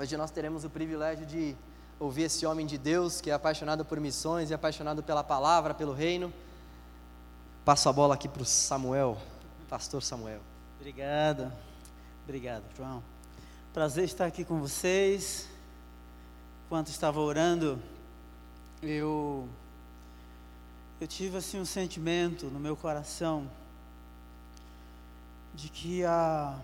Hoje nós teremos o privilégio de ouvir esse homem de Deus que é apaixonado por missões e apaixonado pela palavra, pelo reino. Passo a bola aqui para o Samuel, pastor Samuel. Obrigado, João. Prazer estar aqui com vocês. Enquanto estava orando, eu tive assim um sentimento no meu coração de que há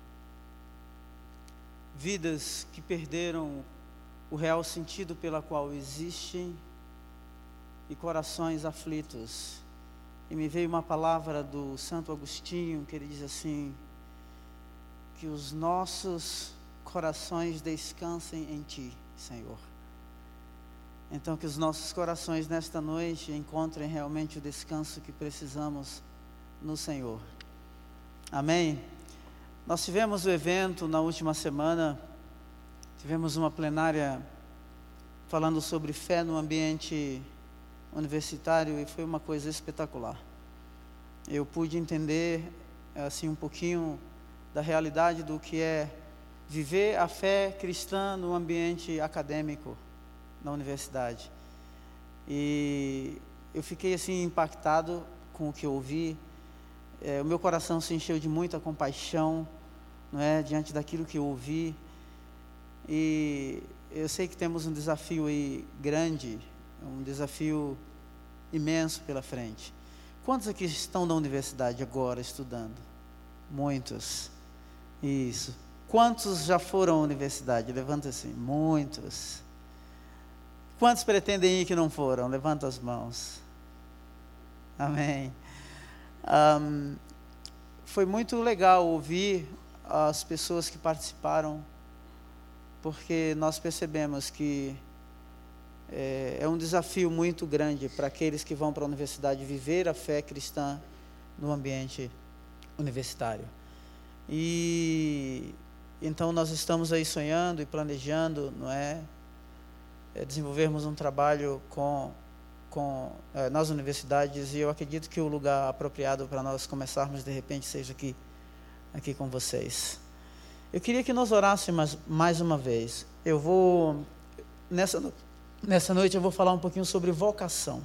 vidas que perderam o real sentido pela qual existem e corações aflitos. E me veio uma palavra do Santo Agostinho, que ele diz assim, que os nossos corações descansem em Ti, Senhor. Então que os nossos corações nesta noite encontrem realmente o descanso que precisamos no Senhor. Amém? Nós tivemos o evento na última semana, tivemos uma plenária falando sobre fé no ambiente universitário e foi uma coisa espetacular. Eu pude entender assim um pouquinho da realidade do que é viver a fé cristã no ambiente acadêmico na universidade. E eu fiquei assim impactado com o que eu ouvi. O meu coração se encheu de muita compaixão, não é, diante daquilo que eu ouvi. E eu sei que temos um desafio aí grande, um desafio imenso pela frente. Quantos aqui estão na universidade agora estudando? Muitos. Isso. Quantos já foram à universidade? Levanta assim. Muitos. Quantos pretendem ir que não foram? Levanta as mãos. Amém. Foi muito legal ouvir as pessoas que participaram, porque nós percebemos que é um desafio muito grande para aqueles que vão para a universidade viver a fé cristã no ambiente universitário. E então nós estamos aí sonhando e planejando, não é, desenvolvermos um trabalho nas universidades, e eu acredito que o lugar apropriado para nós começarmos de repente seja aqui com vocês. Eu queria que nós orássemos mais uma vez. Eu vou nessa noite eu vou falar um pouquinho sobre vocação.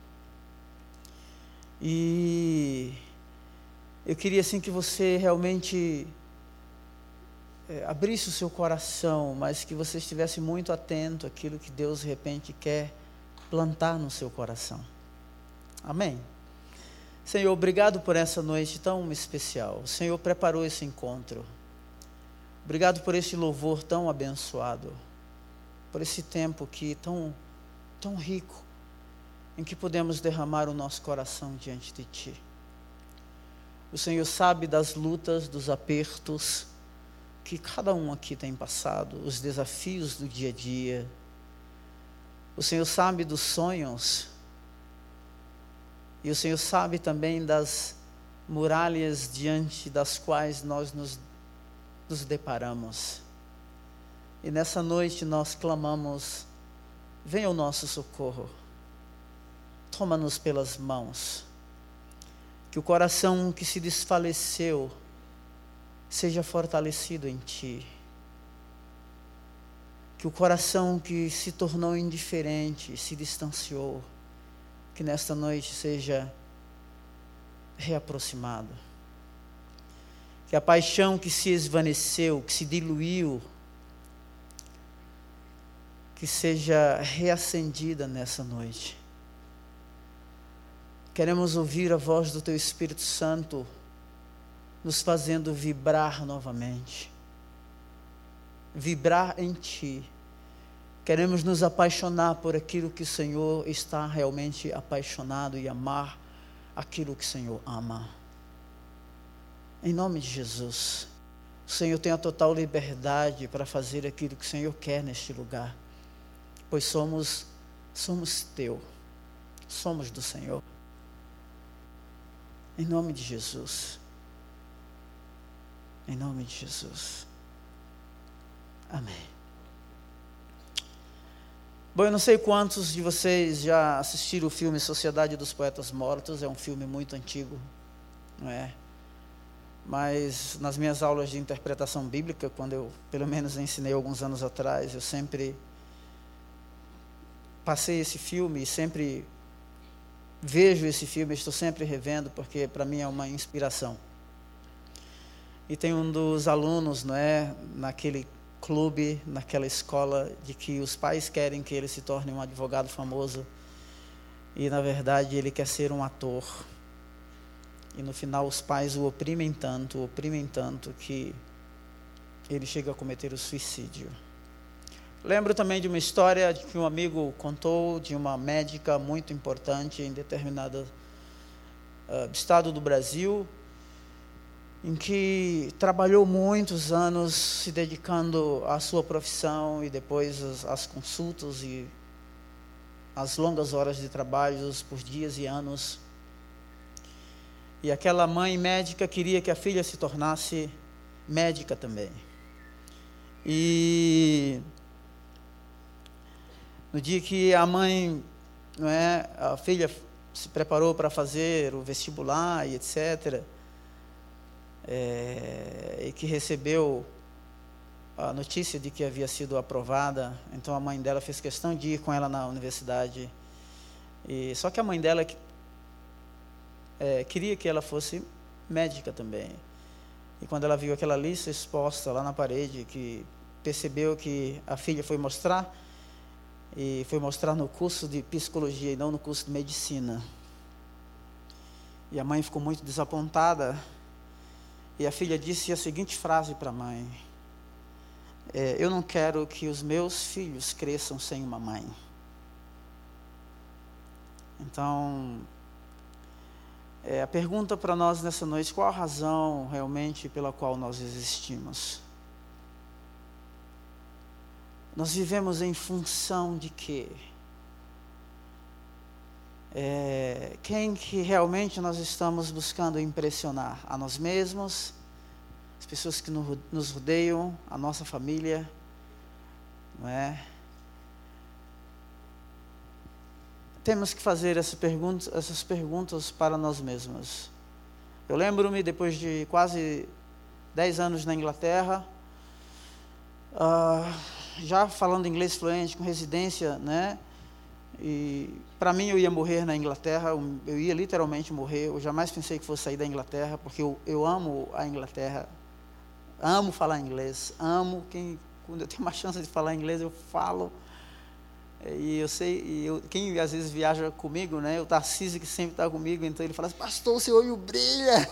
E eu queria assim que você realmente abrisse o seu coração, mas que você estivesse muito atento àquilo que Deus de repente quer plantar no seu coração. Amém? Senhor, obrigado por essa noite tão especial. O Senhor preparou esse encontro. Obrigado por esse louvor tão abençoado, por esse tempo que tão rico, em que podemos derramar o nosso coração diante de Ti. O Senhor sabe das lutas, dos apertos que cada um aqui tem passado, os desafios do dia a dia. O Senhor sabe dos sonhos, e o Senhor sabe também das muralhas diante das quais nós nos deparamos. E nessa noite nós clamamos, venha o nosso socorro, toma-nos pelas mãos, que o coração que se desfaleceu seja fortalecido em Ti, que o coração que se tornou indiferente, se distanciou, que nesta noite seja reaproximado, que a paixão que se esvaneceu, que se diluiu, que seja reacendida nessa noite. Queremos ouvir a voz do Teu Espírito Santo nos fazendo vibrar novamente, vibrar em Ti. Queremos nos apaixonar por aquilo que o Senhor está realmente apaixonado e amar aquilo que o Senhor ama. Em nome de Jesus, o Senhor tem a total liberdade para fazer aquilo que o Senhor quer neste lugar, pois somos Teu, somos do Senhor. Em nome de Jesus. Em nome de Jesus. Amém. Bom, eu não sei quantos de vocês já assistiram o filme Sociedade dos Poetas Mortos. É um filme muito antigo, não é? mas nas minhas aulas de interpretação bíblica, quando eu, pelo menos, ensinei alguns anos atrás, eu sempre passei esse filme e sempre vejo esse filme, estou sempre revendo, porque para mim é uma inspiração. E tem um dos alunos, não é, naquele clube, naquela escola, de que os pais querem que ele se torne um advogado famoso, e na verdade ele quer ser um ator. E no final os pais o oprimem tanto que ele chega a cometer o suicídio. Lembro também de uma história que um amigo contou de uma médica muito importante em determinado estado do Brasil, em que trabalhou muitos anos se dedicando à sua profissão, e depois às consultas e às longas horas de trabalho por dias e anos. E aquela mãe médica queria que a filha se tornasse médica também. E no dia que a mãe, não é, a filha se preparou para fazer o vestibular e etc., e que recebeu a notícia de que havia sido aprovada, então a mãe dela fez questão de ir com ela na universidade. Só que a mãe dela queria que ela fosse médica também. E quando ela viu aquela lista exposta lá na parede, que percebeu que a filha foi mostrar no curso de psicologia e não no curso de medicina. E a mãe ficou muito desapontada, e a filha disse a seguinte frase para a mãe: eu não quero que os meus filhos cresçam sem uma mãe. Então, a pergunta para nós nessa noite: qual a razão realmente pela qual nós existimos? Nós vivemos em função de quê? Quem que realmente nós estamos buscando impressionar? A nós mesmos, as pessoas que nos rodeiam, a nossa família, não é? Temos que fazer essas perguntas para nós mesmos. Eu lembro-me, depois de quase 10 anos na Inglaterra, já falando inglês fluente, com residência, né? E para mim eu ia morrer na Inglaterra, eu ia literalmente morrer. Eu jamais pensei que fosse sair da Inglaterra, porque eu amo a Inglaterra, amo falar inglês, quando eu tenho uma chance de falar inglês eu falo. E eu sei, quem às vezes viaja comigo, né, o Tarcísio, que sempre está comigo, então ele fala assim: pastor, o seu olho brilha.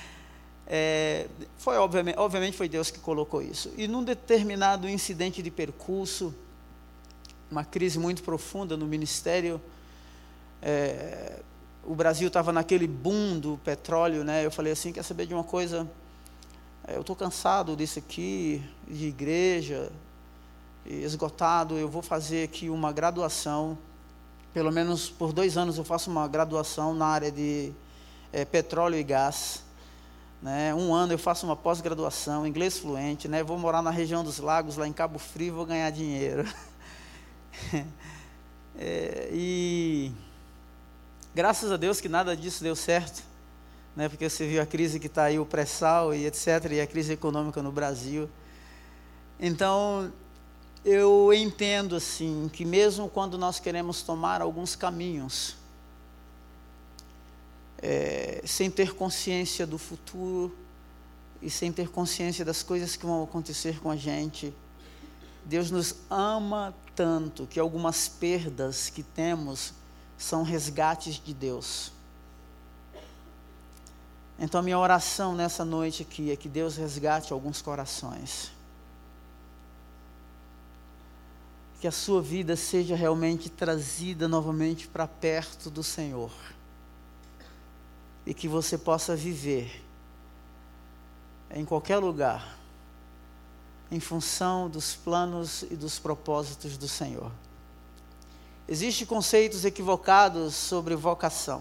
Obviamente foi Deus que colocou isso. E num determinado incidente de percurso, uma crise muito profunda no ministério, o Brasil estava naquele boom do petróleo, né? Eu falei assim: quer saber de uma coisa? Eu estou cansado disso aqui, de igreja, esgotado. Eu vou fazer aqui uma graduação, pelo menos por 2 anos eu faço uma graduação na área de petróleo e gás, né? 1 ano eu faço uma pós-graduação, inglês fluente, né? Vou morar na região dos lagos, lá em Cabo Frio, vou ganhar dinheiro. E graças a Deus que nada disso deu certo, né? Porque você viu a crise que está aí, o pré-sal e etc., e a crise econômica no Brasil. Então, eu entendo assim, que mesmo quando nós queremos tomar alguns caminhos, sem ter consciência do futuro e sem ter consciência das coisas que vão acontecer com a gente, Deus nos ama tanto que algumas perdas que temos são resgates de Deus. Então, minha oração nessa noite aqui é que Deus resgate alguns corações. Que a sua vida seja realmente trazida novamente para perto do Senhor. E que você possa viver em qualquer lugar, em função dos planos e dos propósitos do Senhor. Existem conceitos equivocados sobre vocação.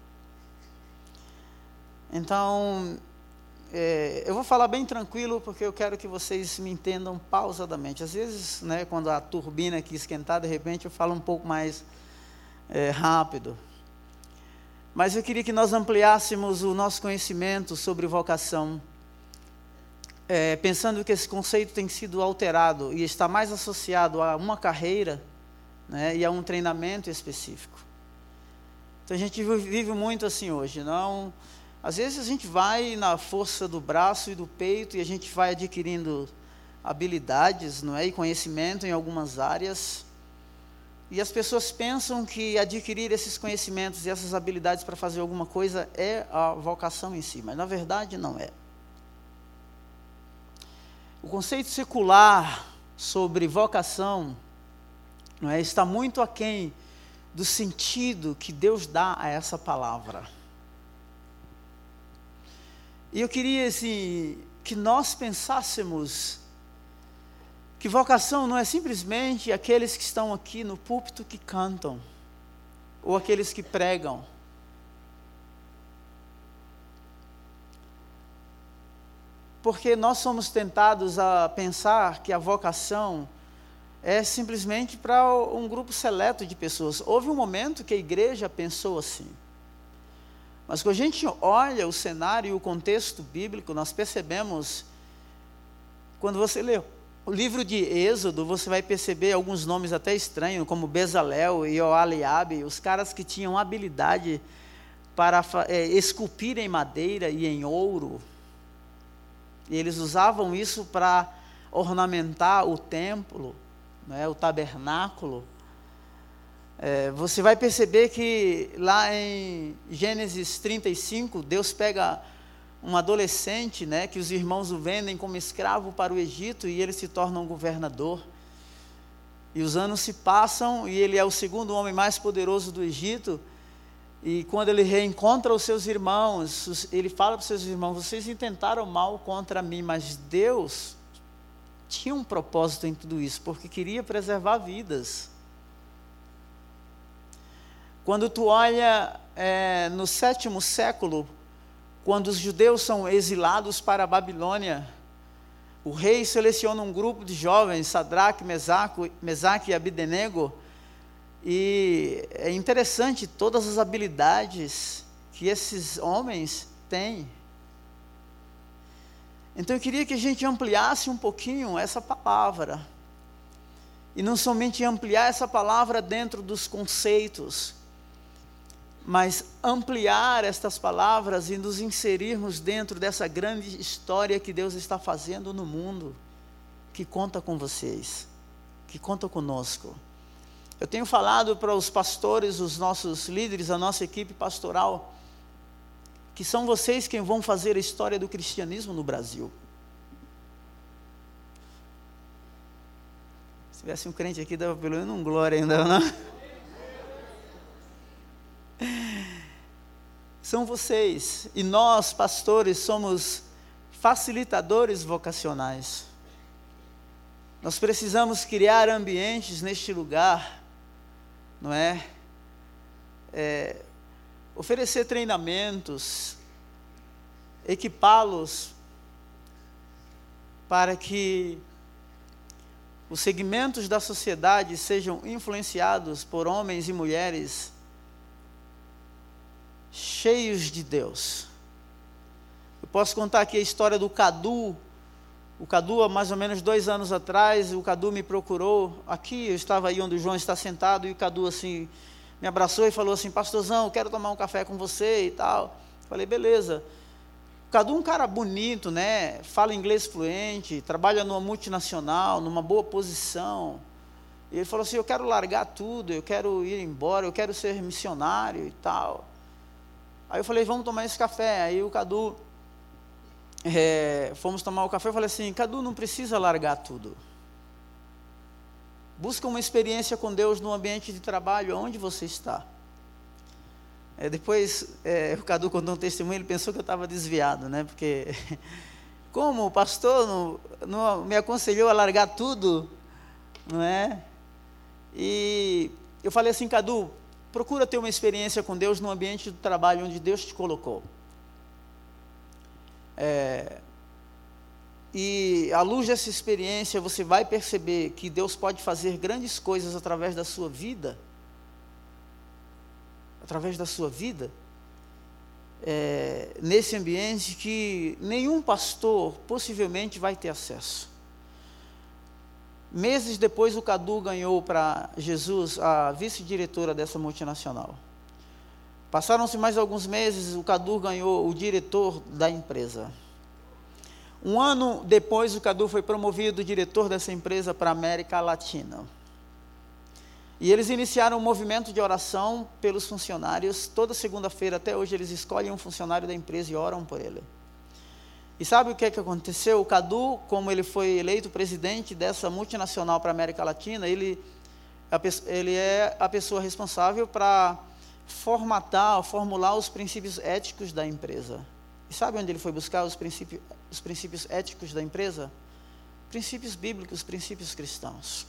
Então, eu vou falar bem tranquilo, porque eu quero que vocês me entendam pausadamente. Às vezes, né, quando a turbina aqui esquentar, de repente eu falo um pouco mais rápido. Mas eu queria que nós ampliássemos o nosso conhecimento sobre vocação. pensando que esse conceito tem sido alterado e está mais associado a uma carreira, né, e a um treinamento específico. Então a gente vive muito assim hoje, não? Às vezes a gente vai na força do braço e do peito e a gente vai adquirindo habilidades, não é, e conhecimento em algumas áreas, e as pessoas pensam que adquirir esses conhecimentos e essas habilidades para fazer alguma coisa é a vocação em si, mas na verdade não é. O conceito secular sobre vocação, não é, está muito aquém do sentido que Deus dá a essa palavra. E eu queria assim, que nós pensássemos que vocação não é simplesmente aqueles que estão aqui no púlpito que cantam, ou aqueles que pregam. Porque nós somos tentados a pensar que a vocação é simplesmente para um grupo seleto de pessoas. Houve um momento que a igreja pensou assim. Mas quando a gente olha o cenário e o contexto bíblico, nós percebemos, quando você lê o livro de Êxodo, você vai perceber alguns nomes até estranhos, como Bezalel e Oholiabe, os caras que tinham habilidade para esculpir em madeira e em ouro. E eles usavam isso para ornamentar o templo, né, o tabernáculo. Você vai perceber que lá em Gênesis 35, Deus pega um adolescente, né, que os irmãos o vendem como escravo para o Egito, e ele se torna um governador. E os anos se passam, e ele é o segundo homem mais poderoso do Egito. E quando ele reencontra os seus irmãos, ele fala para os seus irmãos: vocês intentaram mal contra mim, mas Deus tinha um propósito em tudo isso, porque queria preservar vidas. Quando tu olha no 7º século, quando os judeus são exilados para a Babilônia, o rei seleciona um grupo de jovens, Sadraque, Mesaque e Abdenego, e é interessante todas as habilidades que esses homens têm. Então eu queria que a gente ampliasse um pouquinho essa palavra, e não somente ampliar essa palavra dentro dos conceitos, mas ampliar estas palavras e nos inserirmos dentro dessa grande história que Deus está fazendo no mundo, que conta com vocês, que conta conosco. Eu tenho falado para os pastores, os nossos líderes, a nossa equipe pastoral, que são vocês quem vão fazer a história do cristianismo no Brasil. Se tivesse um crente aqui, dava pelo menos um glória ainda, não? São vocês, e nós, pastores, somos facilitadores vocacionais. Nós precisamos criar ambientes neste lugar, não é? Oferecer treinamentos, equipá-los para que os segmentos da sociedade sejam influenciados por homens e mulheres cheios de Deus. Eu posso contar aqui a história do Cadu. O Cadu, há mais ou menos 2 anos atrás, o Cadu me procurou aqui, eu estava aí onde o João está sentado, e o Cadu assim, me abraçou e falou assim: pastorzão, eu quero tomar um café com você e tal. Falei, beleza. O Cadu é um cara bonito, né? Fala inglês fluente, trabalha numa multinacional, numa boa posição. E ele falou assim: eu quero largar tudo, eu quero ir embora, eu quero ser missionário e tal. Aí eu falei, vamos tomar esse café. Aí o Cadu, fomos tomar o café. Eu falei assim: Cadu, não precisa largar tudo. Busca uma experiência com Deus no ambiente de trabalho, onde você está. Depois, o Cadu contou um testemunho, ele pensou que eu estava desviado, né? Porque, como o pastor não me aconselhou a largar tudo, não é? E eu falei assim: Cadu, procura ter uma experiência com Deus no ambiente do trabalho onde Deus te colocou. E à luz dessa experiência, você vai perceber que Deus pode fazer grandes coisas através da sua vida. Através da sua vida. nesse ambiente que nenhum pastor possivelmente vai ter acesso. Meses depois, o Cadu ganhou para Jesus a vice-diretora dessa multinacional. Passaram-se mais alguns meses, o Cadu ganhou o diretor da empresa. Um ano depois, o Cadu foi promovido diretor dessa empresa para a América Latina. E eles iniciaram um movimento de oração pelos funcionários. Toda segunda-feira, até hoje, eles escolhem um funcionário da empresa e oram por ele. E sabe o que aconteceu? O Cadu, como ele foi eleito presidente dessa multinacional para a América Latina, ele é a pessoa responsável para formular os princípios éticos da empresa. E sabe onde ele foi buscar os princípios éticos da empresa? Princípios bíblicos, princípios cristãos.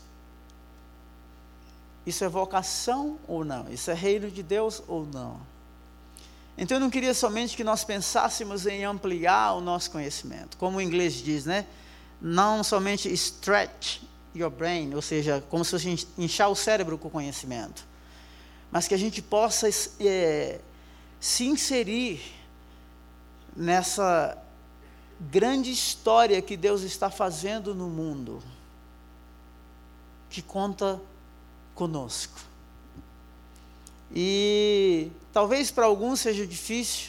Isso é vocação ou não? Isso é reino de Deus ou não? Então eu não queria somente que nós pensássemos em ampliar o nosso conhecimento, como o inglês diz, né? Não somente stretch your brain, ou seja, como se fosse inchar o cérebro com conhecimento, mas que a gente possa se inserir nessa grande história que Deus está fazendo no mundo, que conta conosco. E talvez para alguns seja difícil.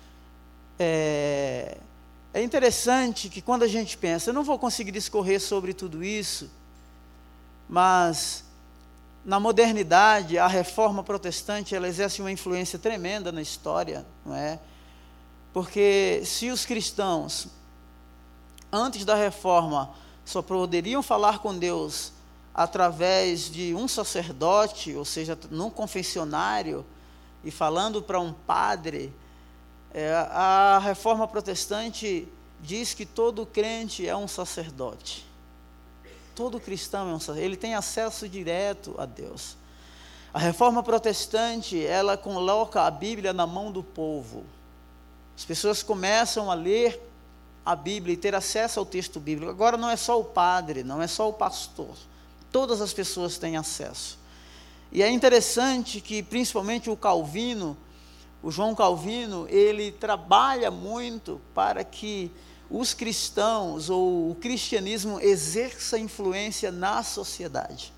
É interessante que quando a gente pensa, eu não vou conseguir discorrer sobre tudo isso, mas na modernidade, a reforma protestante, ela exerce uma influência tremenda na história, não é? Porque se os cristãos, antes da reforma, só poderiam falar com Deus através de um sacerdote, ou seja, num confessionário, e falando para um padre, a reforma protestante diz que todo crente é um sacerdote. Todo cristão é um sacerdote, ele tem acesso direto a Deus. A reforma protestante, ela coloca a Bíblia na mão do povo. As pessoas começam a ler a Bíblia e ter acesso ao texto bíblico. Agora não é só o padre, não é só o pastor. Todas as pessoas têm acesso. E é interessante que, principalmente o João Calvino, ele trabalha muito para que os cristãos, ou o cristianismo, exerça influência na sociedade.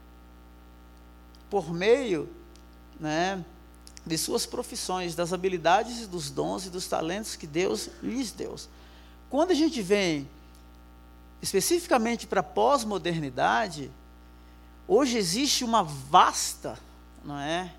Por meio, né, de suas profissões, das habilidades, dos dons e dos talentos que Deus lhes deu. Quando a gente vem especificamente para a pós-modernidade, hoje existe uma vasta, não é?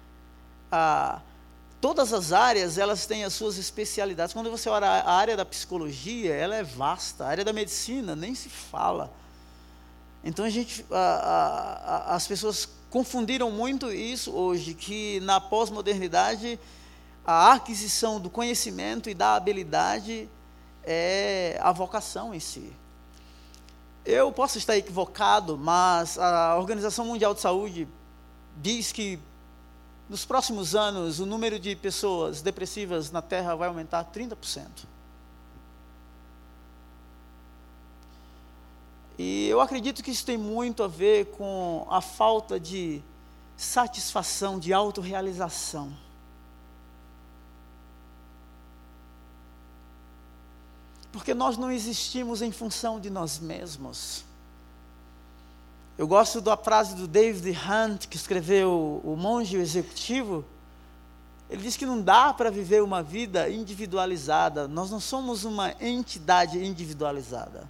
Todas as áreas, elas têm as suas especialidades. Quando você olha a área da psicologia, ela é vasta. A área da medicina, nem se fala. Então as pessoas confundiram muito isso hoje, que na pós-modernidade, a aquisição do conhecimento e da habilidade é a vocação em si. Eu posso estar equivocado, mas a Organização Mundial de Saúde diz que nos próximos anos o número de pessoas depressivas na Terra vai aumentar 30%. E eu acredito que isso tem muito a ver com a falta de satisfação, de autorrealização. Porque nós não existimos em função de nós mesmos. Eu gosto da frase do David Hunt, que escreveu O Monge Executivo. Ele diz que não dá para viver uma vida individualizada. Nós não somos uma entidade individualizada.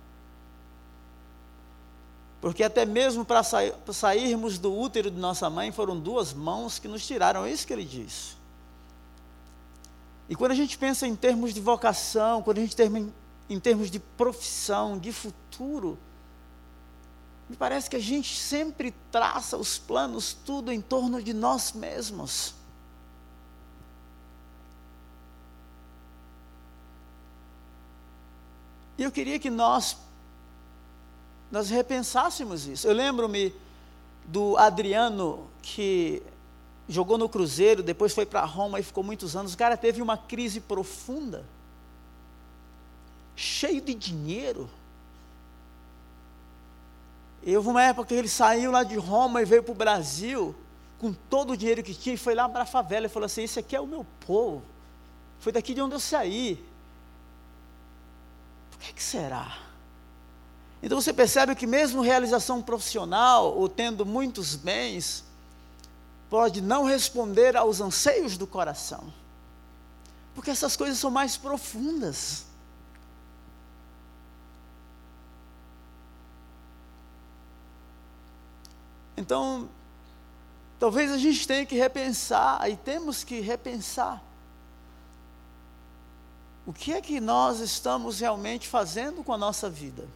Porque até mesmo para sairmos do útero de nossa mãe, foram 2 mãos que nos tiraram. É isso que ele diz. E quando a gente pensa em termos de vocação, quando a gente em termos de profissão, de futuro, me parece que a gente sempre traça os planos, tudo em torno de nós mesmos. E eu queria que nós repensássemos isso. Eu lembro-me do Adriano, que jogou no Cruzeiro, depois foi para Roma e ficou muitos anos. O cara teve uma crise profunda, cheio de dinheiro. E houve uma época que ele saiu lá de Roma e veio para o Brasil, com todo o dinheiro que tinha, e foi lá para a favela e falou assim: esse aqui é o meu povo, Foi daqui de onde eu saí. Por que será? Então você percebe que mesmo realização profissional, ou tendo muitos bens, pode não responder aos anseios do coração. Porque essas coisas são mais profundas. Então, talvez a gente tenha que repensar, e temos que repensar, o que é que nós estamos realmente fazendo com a nossa vida?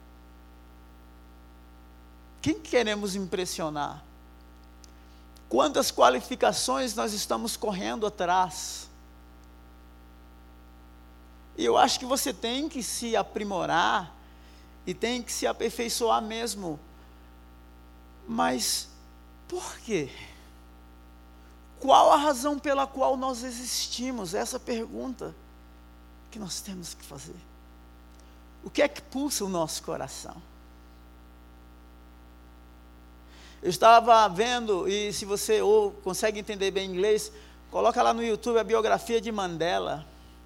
Quem queremos impressionar? Quantas qualificações nós estamos correndo atrás? E eu acho que você tem que se aprimorar, e tem que se aperfeiçoar mesmo. Mas, por quê? Qual a razão pela qual nós existimos? Essa pergunta que nós temos que fazer. O que é que pulsa o nosso coração? Eu estava vendo, e se você consegue entender bem inglês, coloca lá no YouTube a biografia de Mandela.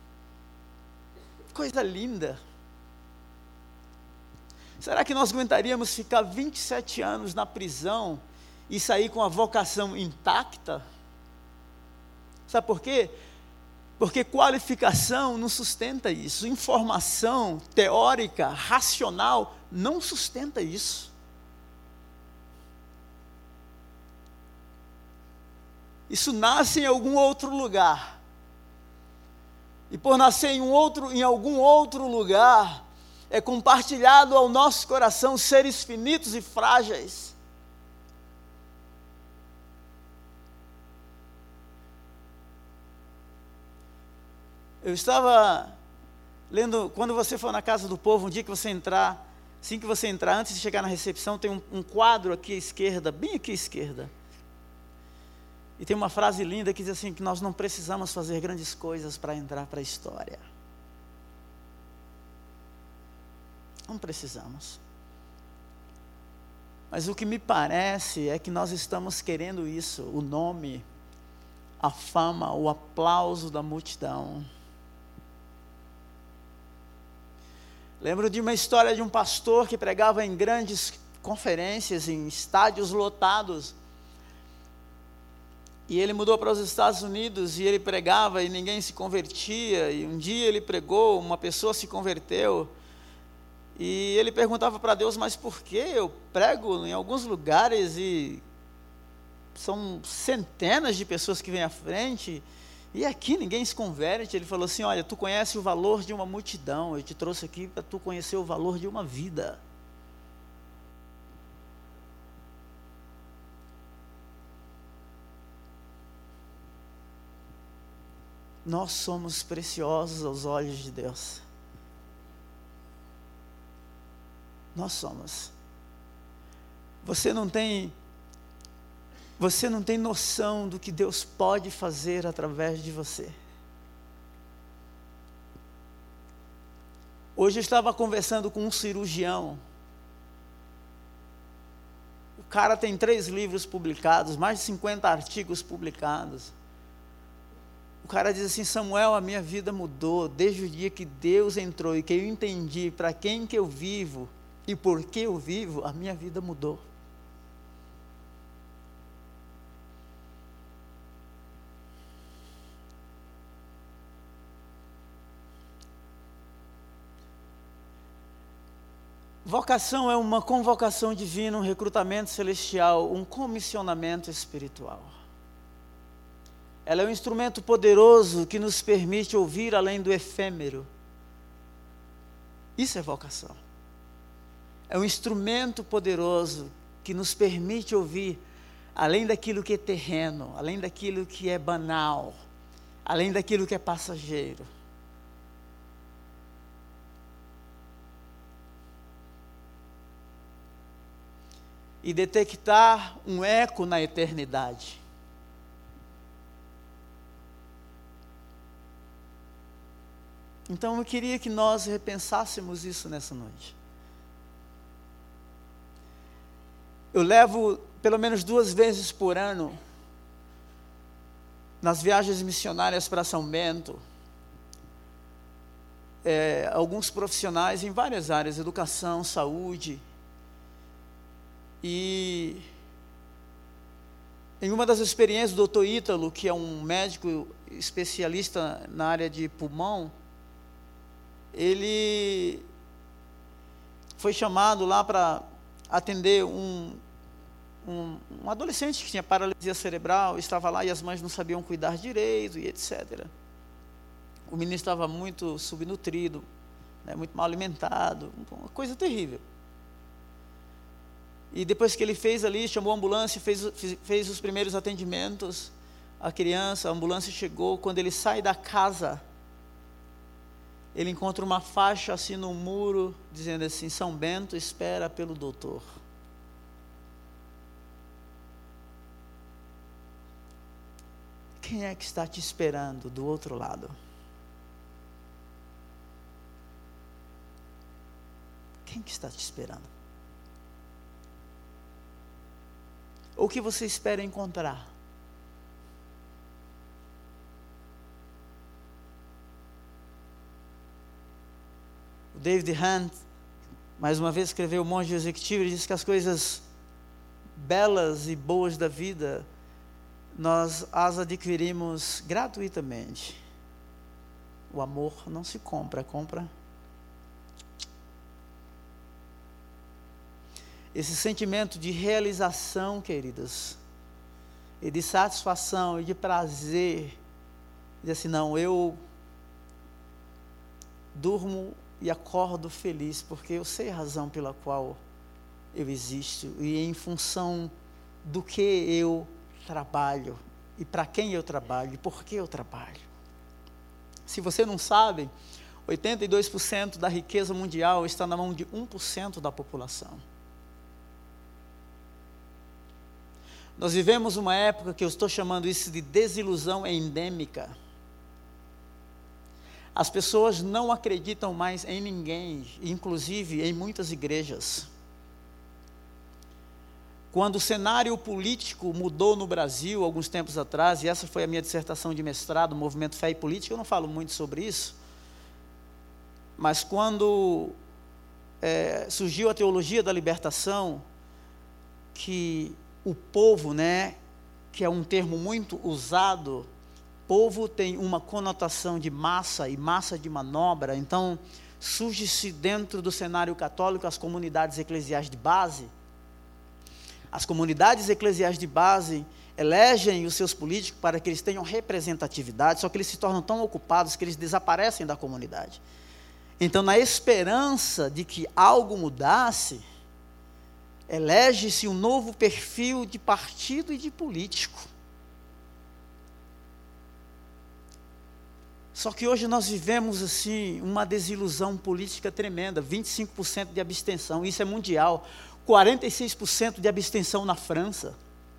Coisa linda. Será que nós aguentaríamos ficar 27 anos na prisão e sair com a vocação intacta? Sabe por quê? Porque qualificação não sustenta isso. Informação teórica, racional, não sustenta isso. Isso nasce em algum outro lugar. E por nascer em algum outro lugar, é compartilhado ao nosso coração seres finitos e frágeis. Eu estava lendo, quando você for na casa do povo, um dia que você entrar, assim que você entrar, antes de chegar na recepção, tem um quadro aqui à esquerda, bem aqui à esquerda. E tem uma frase linda que diz assim, que nós não precisamos fazer grandes coisas para entrar para a história. Não precisamos. Mas o que me parece é que nós estamos querendo isso, o nome, a fama, o aplauso da multidão. Lembro de uma história de um pastor que pregava em grandes conferências, em estádios lotados. E ele mudou para os Estados Unidos e ele pregava e ninguém se convertia. E um dia ele pregou, uma pessoa se converteu. E ele perguntava para Deus, mas por que eu prego em alguns lugares e são centenas de pessoas que vêm à frente e aqui ninguém se converte? Ele falou assim, olha, tu conhece o valor de uma multidão, eu te trouxe aqui para tu conhecer o valor de uma vida. Nós somos preciosos aos olhos de Deus. Nós somos. Você não tem noção do que Deus pode fazer através de você. Hoje eu estava conversando com um cirurgião. O cara tem 3 livros publicados, mais de 50 artigos publicados. O cara diz assim, Samuel, a minha vida mudou desde o dia que Deus entrou e que eu entendi para quem que eu vivo e por que eu vivo, a minha vida mudou. Vocação é uma convocação divina, um recrutamento celestial, um comissionamento espiritual. Ela é um instrumento poderoso que nos permite ouvir além do efêmero. Isso é vocação. É um instrumento poderoso que nos permite ouvir além daquilo que é terreno, além daquilo que é banal, além daquilo que é passageiro. E detectar um eco na eternidade. Então eu queria que nós repensássemos isso nessa noite. Eu levo pelo menos 2 vezes por ano, nas viagens missionárias para São Bento, alguns profissionais em várias áreas, educação, saúde. E em uma das experiências do Dr. Ítalo, que é um médico especialista na área de pulmão, ele foi chamado lá para atender um adolescente que tinha paralisia cerebral, estava lá e as mães não sabiam cuidar direito e etc. O menino estava muito subnutrido, né, muito mal alimentado, uma coisa terrível. E depois que ele fez ali, chamou a ambulância, fez os primeiros atendimentos à criança, a ambulância chegou. Quando ele sai da casa, ele encontra uma faixa assim no muro, dizendo assim: São Bento espera pelo doutor. Quem é que está te esperando do outro lado? Quem que está te esperando? Ou o que você espera encontrar? O David Hunt, mais uma vez, escreveu O Monge Executivo. Ele diz que as coisas belas e boas da vida, nós as adquirimos gratuitamente. O amor não se compra, compra. Esse sentimento de realização, queridas, e de satisfação e de prazer, diz assim: não, eu durmo e acordo feliz, porque eu sei a razão pela qual eu existo, e em função do que eu trabalho, e para quem eu trabalho, e por que eu trabalho. Se você não sabe, 82% da riqueza mundial está na mão de 1% da população. Nós vivemos uma época que eu estou chamando isso de desilusão endêmica. As pessoas não acreditam mais em ninguém, inclusive em muitas igrejas. Quando o cenário político mudou no Brasil, alguns tempos atrás, e essa foi a minha dissertação de mestrado, Movimento Fé e Política, eu não falo muito sobre isso, mas quando surgiu a teologia da libertação, que o povo, né, que é um termo muito usado, povo tem uma conotação de massa e massa de manobra. Então surge-se dentro do cenário católico as comunidades eclesiais de base. As comunidades eclesiais de base elegem os seus políticos para que eles tenham representatividade, só que eles se tornam tão ocupados que eles desaparecem da comunidade. Então, na esperança de que algo mudasse, elege-se um novo perfil de partido e de político. Só que hoje nós vivemos assim uma desilusão política tremenda, 25% de abstenção, isso é mundial, 46% de abstenção na França.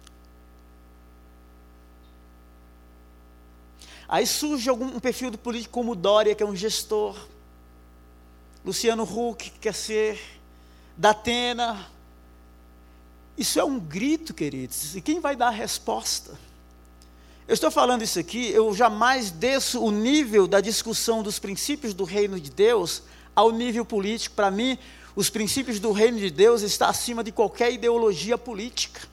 Aí surge um perfil de político como Dória, que é um gestor, Luciano Huck, que quer ser, Datena. Isso é um grito, queridos, e quem vai dar a resposta? Eu estou falando isso aqui, eu jamais desço o nível da discussão dos princípios do reino de Deus ao nível político. Para mim, os princípios do reino de Deus estão acima de qualquer ideologia política.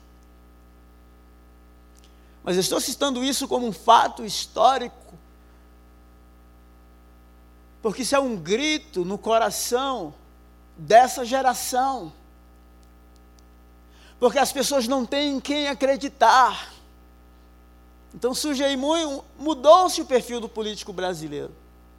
Mas eu estou citando isso como um fato histórico, porque isso é um grito no coração dessa geração. Porque as pessoas não têm em quem acreditar. Então surge aí, mudou-se o perfil do político brasileiro.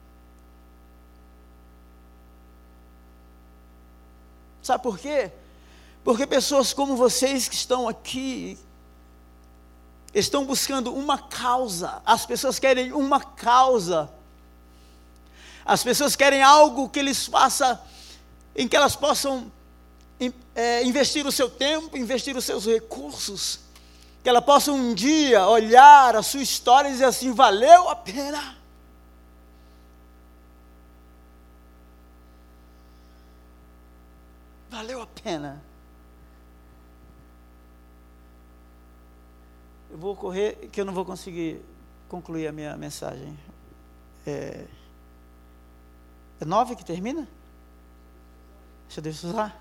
Sabe por quê? Porque pessoas como vocês que estão aqui, estão buscando uma causa. As pessoas querem uma causa. As pessoas querem algo que lhes faça, em que elas possam investir o seu tempo, investir os seus recursos, que ela possa um dia olhar a sua história e dizer assim: valeu a pena. Valeu a pena. Eu vou correr, que eu não vou conseguir concluir a minha mensagem. É 9 que termina? Deixa eu usar.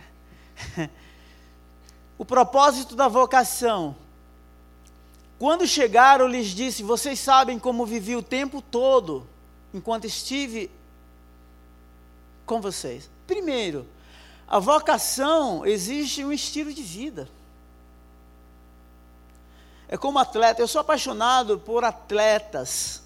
O propósito da vocação. Quando chegaram, lhes disse: vocês sabem como vivi o tempo todo, enquanto estive com vocês. Primeiro, a vocação exige um estilo de vida. É como atleta. Eu sou apaixonado por atletas,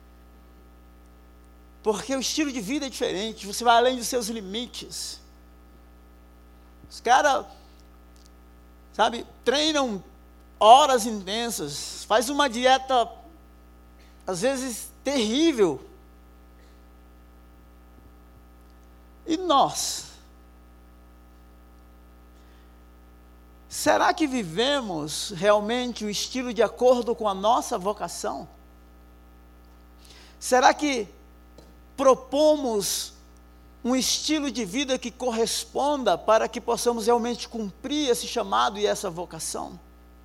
porque o estilo de vida é diferente. Você vai além dos seus limites. Os caras, sabe, treinam horas intensas, faz uma dieta, às vezes, terrível. E nós? Será que vivemos realmente o estilo de acordo com a nossa vocação? Será que propomos um estilo de vida que corresponda para que possamos realmente cumprir esse chamado e essa vocação?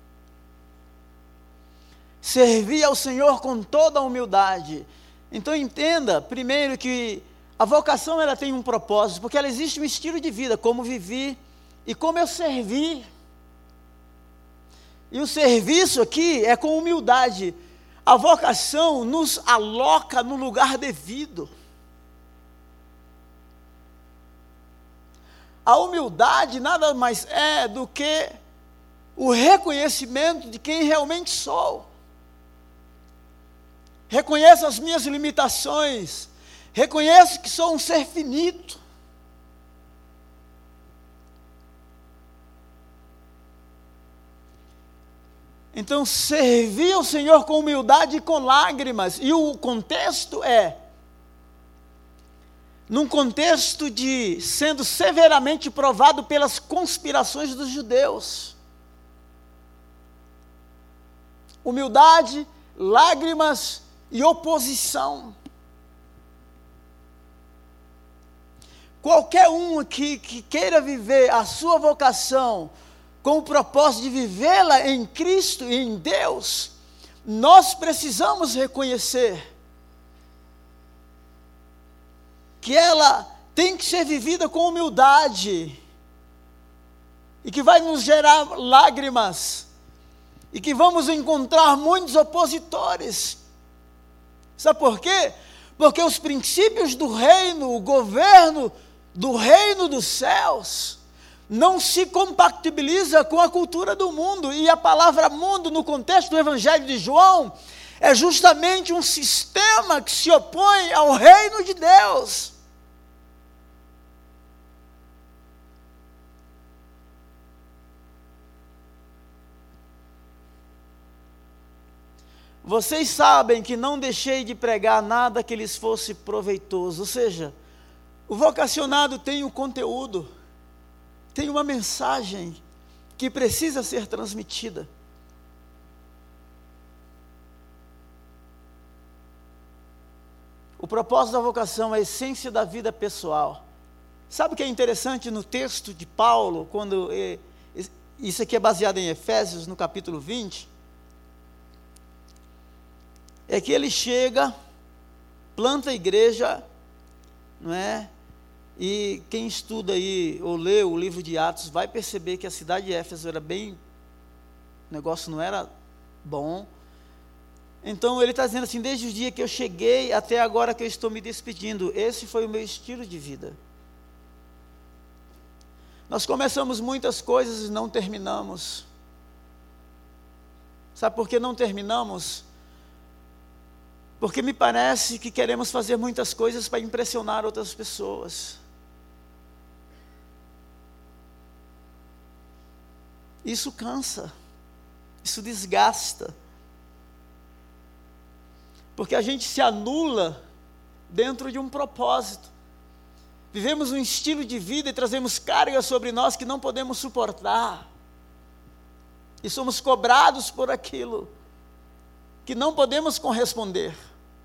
Servir ao Senhor com toda a humildade. Então entenda, primeiro, que a vocação ela tem um propósito, porque ela existe um estilo de vida, como vivi e como eu servi. E o serviço aqui é com humildade. A vocação nos aloca no lugar devido. A humildade nada mais é do que o reconhecimento de quem realmente sou. Reconheço as minhas limitações. Reconheço que sou um ser finito. Então, servir ao Senhor com humildade e com lágrimas. E o contexto é, num contexto de sendo severamente provado pelas conspirações dos judeus. Humildade, lágrimas e oposição. Qualquer um aqui que queira viver a sua vocação com o propósito de vivê-la em Cristo e em Deus, nós precisamos reconhecer que ela tem que ser vivida com humildade, e que vai nos gerar lágrimas, e que vamos encontrar muitos opositores. Sabe por quê? Porque os princípios do reino, o governo do reino dos céus, não se compatibiliza com a cultura do mundo. E a palavra mundo, no contexto do Evangelho de João, é justamente um sistema que se opõe ao reino de Deus. Vocês sabem que não deixei de pregar nada que lhes fosse proveitoso. Ou seja, o vocacionado tem um conteúdo, tem uma mensagem que precisa ser transmitida. O propósito da vocação é a essência da vida pessoal. Sabe o que é interessante no texto de Paulo, quando isso aqui é baseado em Efésios, no capítulo 20, é que ele chega, planta a igreja, não é? E quem estuda aí, ou lê o livro de Atos, vai perceber que a cidade de Éfeso era bem, o negócio não era bom. Então ele está dizendo assim, desde o dia que eu cheguei até agora que eu estou me despedindo, esse foi o meu estilo de vida. Nós começamos muitas coisas e não terminamos. Sabe por que não terminamos? Porque me parece que queremos fazer muitas coisas para impressionar outras pessoas. Isso cansa, isso desgasta. Porque a gente se anula dentro de um propósito. Vivemos um estilo de vida e trazemos cargas sobre nós que não podemos suportar. E somos cobrados por aquilo que não podemos corresponder.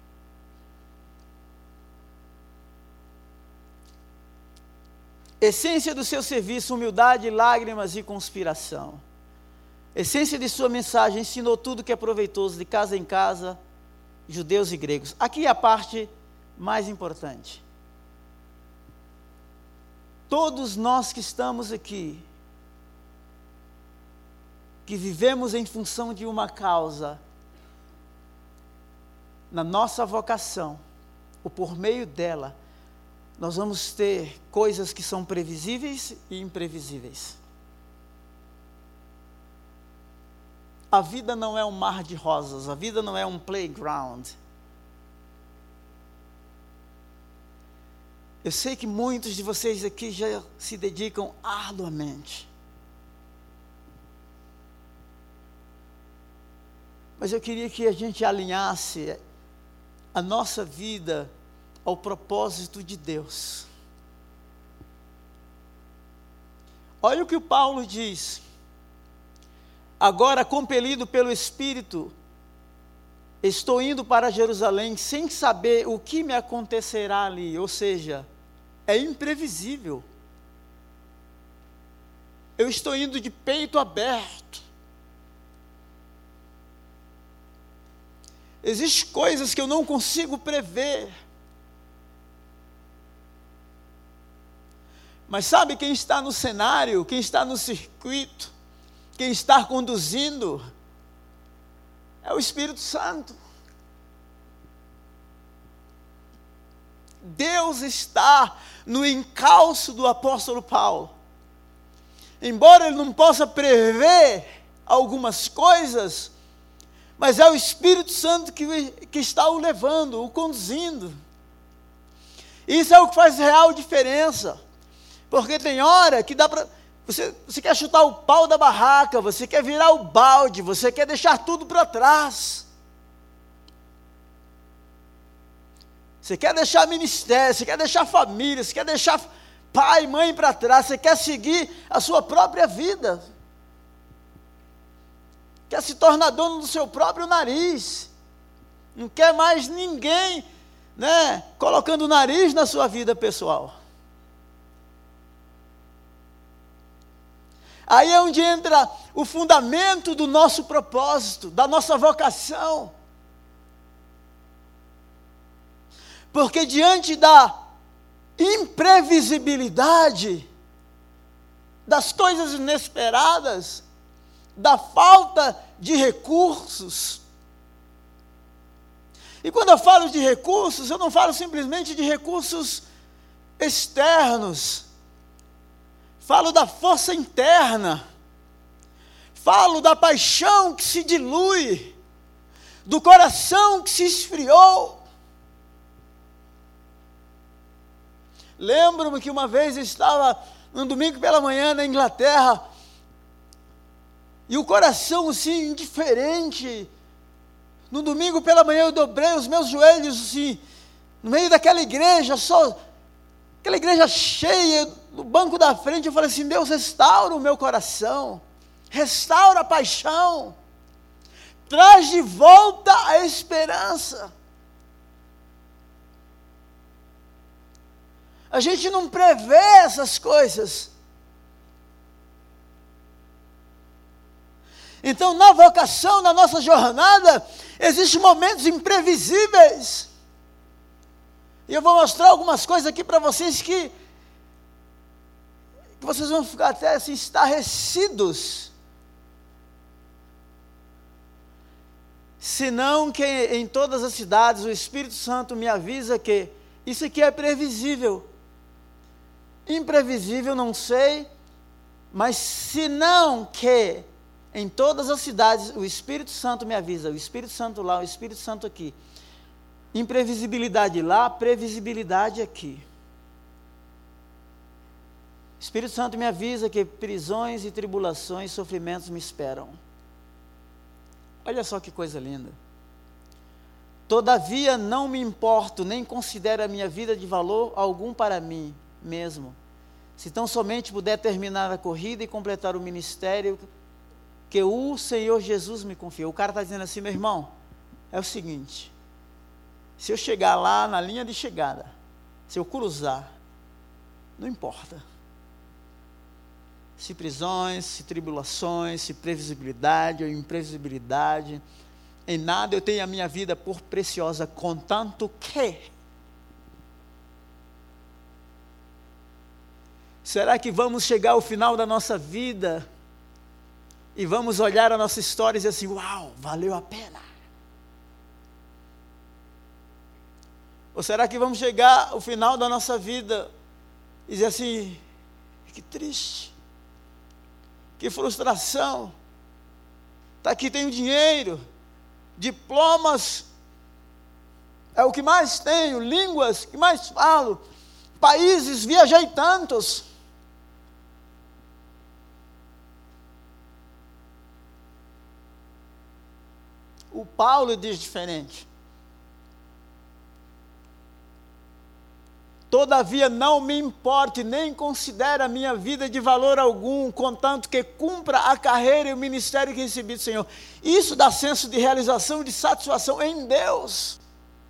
Essência do seu serviço, humildade, lágrimas e conspiração. Essência de sua mensagem, ensinou tudo que é proveitoso, de casa em casa, judeus e gregos. Aqui é a parte mais importante. todos nós que estamos aqui, que vivemos em função de uma causa, na nossa vocação, ou por meio dela, nós vamos ter coisas que são previsíveis e imprevisíveis. A vida não é um mar de rosas, a vida não é um playground. Eu sei que muitos de vocês aqui já se dedicam arduamente. Mas eu queria que a gente alinhasse a nossa vida ao propósito de Deus. Olha o que o Paulo diz. Agora, compelido pelo Espírito, estou indo para Jerusalém sem saber o que me acontecerá ali. Ou seja, é imprevisível. Eu estou indo de peito aberto. Existem coisas que eu não consigo prever. Mas sabe quem está no cenário, quem está no circuito, quem está conduzindo? É o Espírito Santo. Deus está no encalço do apóstolo Paulo. Embora ele não possa prever algumas coisas, mas é o Espírito Santo que está o levando, o conduzindo. Isso é o que faz real diferença. Porque tem hora que dá para... Você quer chutar o pau da barraca, você quer virar o balde, você quer deixar tudo para trás. Você quer deixar ministério, você quer deixar família, você quer deixar pai e mãe para trás, você quer seguir a sua própria vida. Quer se tornar dono do seu próprio nariz. Não quer mais ninguém, colocando o nariz na sua vida pessoal. Aí é onde entra o fundamento do nosso propósito, da nossa vocação. Porque diante da imprevisibilidade, das coisas inesperadas, da falta de recursos. E quando eu falo de recursos, eu não falo simplesmente de recursos externos. Falo da força interna. Falo da paixão que se dilui, do coração que se esfriou. Lembro-me que uma vez eu estava, num domingo pela manhã, na Inglaterra, e o coração assim, indiferente. No domingo pela manhã eu dobrei os meus joelhos assim, no meio daquela igreja, aquela igreja cheia, no banco da frente, eu falei assim: Deus, restaura o meu coração, restaura a paixão, traz de volta a esperança. A gente não prevê essas coisas. Então, na vocação, na nossa jornada, existem momentos imprevisíveis. E eu vou mostrar algumas coisas aqui para vocês que vocês vão ficar até assim estarrecidos. Senão que em todas as cidades o Espírito Santo me avisa que isso aqui é previsível. Imprevisível, não sei, mas senão que em todas as cidades o Espírito Santo me avisa, o Espírito Santo lá, o Espírito Santo aqui. Imprevisibilidade lá, previsibilidade aqui. O Espírito Santo me avisa que prisões e tribulações, sofrimentos me esperam. Olha só que coisa linda. Todavia não me importo, nem considero a minha vida de valor algum para mim mesmo, se tão somente puder terminar a corrida e completar o ministério que o Senhor Jesus me confiou. O cara está dizendo assim: meu irmão, é o seguinte, se eu chegar lá na linha de chegada, se eu cruzar, não importa. Se prisões, se tribulações, se previsibilidade ou imprevisibilidade, em nada eu tenho a minha vida por preciosa, contanto que Será que vamos chegar ao final da nossa vida e vamos olhar a nossa história e dizer assim, uau, valeu a pena? Ou será que vamos chegar ao final da nossa vida e dizer assim, que triste, que frustração, está aqui, tenho dinheiro, diplomas, é o que mais tenho, línguas que mais falo, países, viajei tantos. O Paulo diz diferente. Todavia não me importe, nem considere a minha vida de valor algum, contanto que cumpra a carreira e o ministério que recebi do Senhor. Isso dá senso de realização, de satisfação em Deus.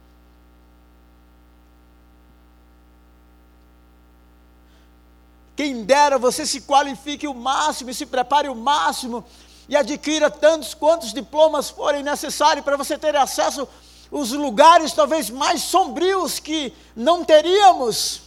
Quem dera você se qualifique o máximo, e se prepare o máximo, e adquira tantos quantos diplomas forem necessários para você ter acesso os lugares talvez mais sombrios que não teríamos,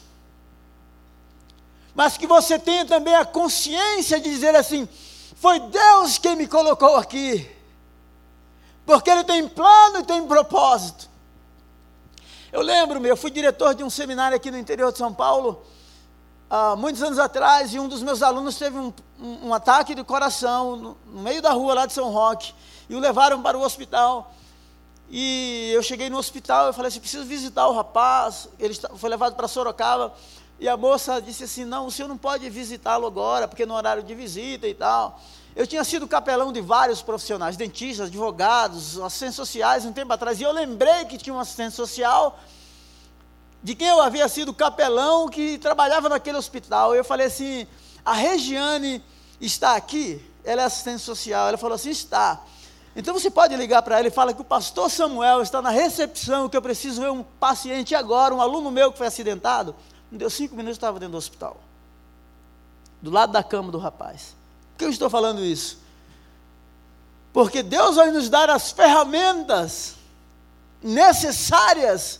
mas que você tenha também a consciência de dizer assim, foi Deus quem me colocou aqui, porque Ele tem plano e tem propósito. Eu lembro-me, eu fui diretor de um seminário aqui no interior de São Paulo, há muitos anos atrás, e um dos meus alunos teve um ataque de coração, no meio da rua lá de São Roque, e o levaram para o hospital. E eu cheguei no hospital, eu falei assim, preciso visitar o rapaz, ele foi levado para Sorocaba, e a moça disse assim, não, o senhor não pode visitá-lo agora, porque no horário de visita e tal. Eu tinha sido capelão de vários profissionais, dentistas, advogados, assistentes sociais, um tempo atrás, e eu lembrei que tinha um assistente social, de quem eu havia sido capelão, que trabalhava naquele hospital. Eu falei assim, a Regiane está aqui? Ela é assistente social. Ela falou assim, está. Então você pode ligar para ela e fala que o pastor Samuel está na recepção, que eu preciso ver um paciente agora, um aluno meu que foi acidentado. Não deu 5 minutos, eu estava dentro do hospital, do lado da cama do rapaz. Por que eu estou falando isso? Porque Deus vai nos dar as ferramentas necessárias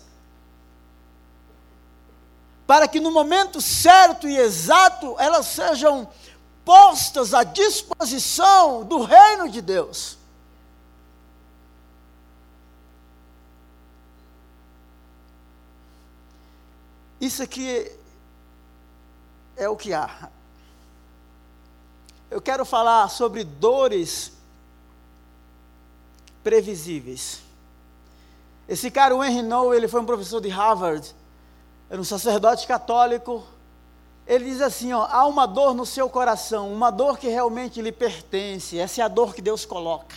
para que no momento certo e exato elas sejam postas à disposição do reino de Deus. Isso aqui é o que há. Eu quero falar sobre dores previsíveis. Esse cara, o Henry Nouwen, ele foi um professor de Harvard, era um sacerdote católico. Ele diz assim, ó, há uma dor no seu coração, uma dor que realmente lhe pertence, essa é a dor que Deus coloca.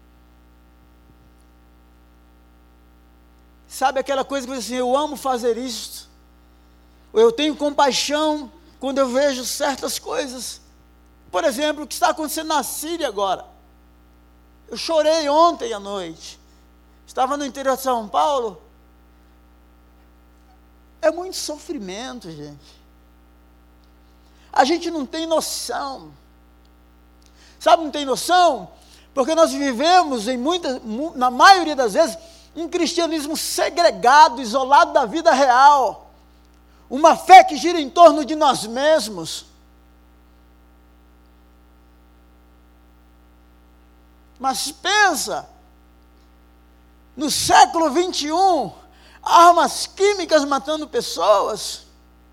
Sabe aquela coisa que você diz assim, eu amo fazer isto, eu tenho compaixão quando eu vejo certas coisas. Por exemplo, o que está acontecendo na Síria agora. Eu chorei ontem à noite. Estava no interior de São Paulo. É muito sofrimento, gente. A gente não tem noção. Sabe, não tem noção? Porque nós vivemos, na maioria das vezes, um cristianismo segregado, isolado da vida real. Uma fé que gira em torno de nós mesmos. Mas pensa, no século 21, armas químicas matando pessoas.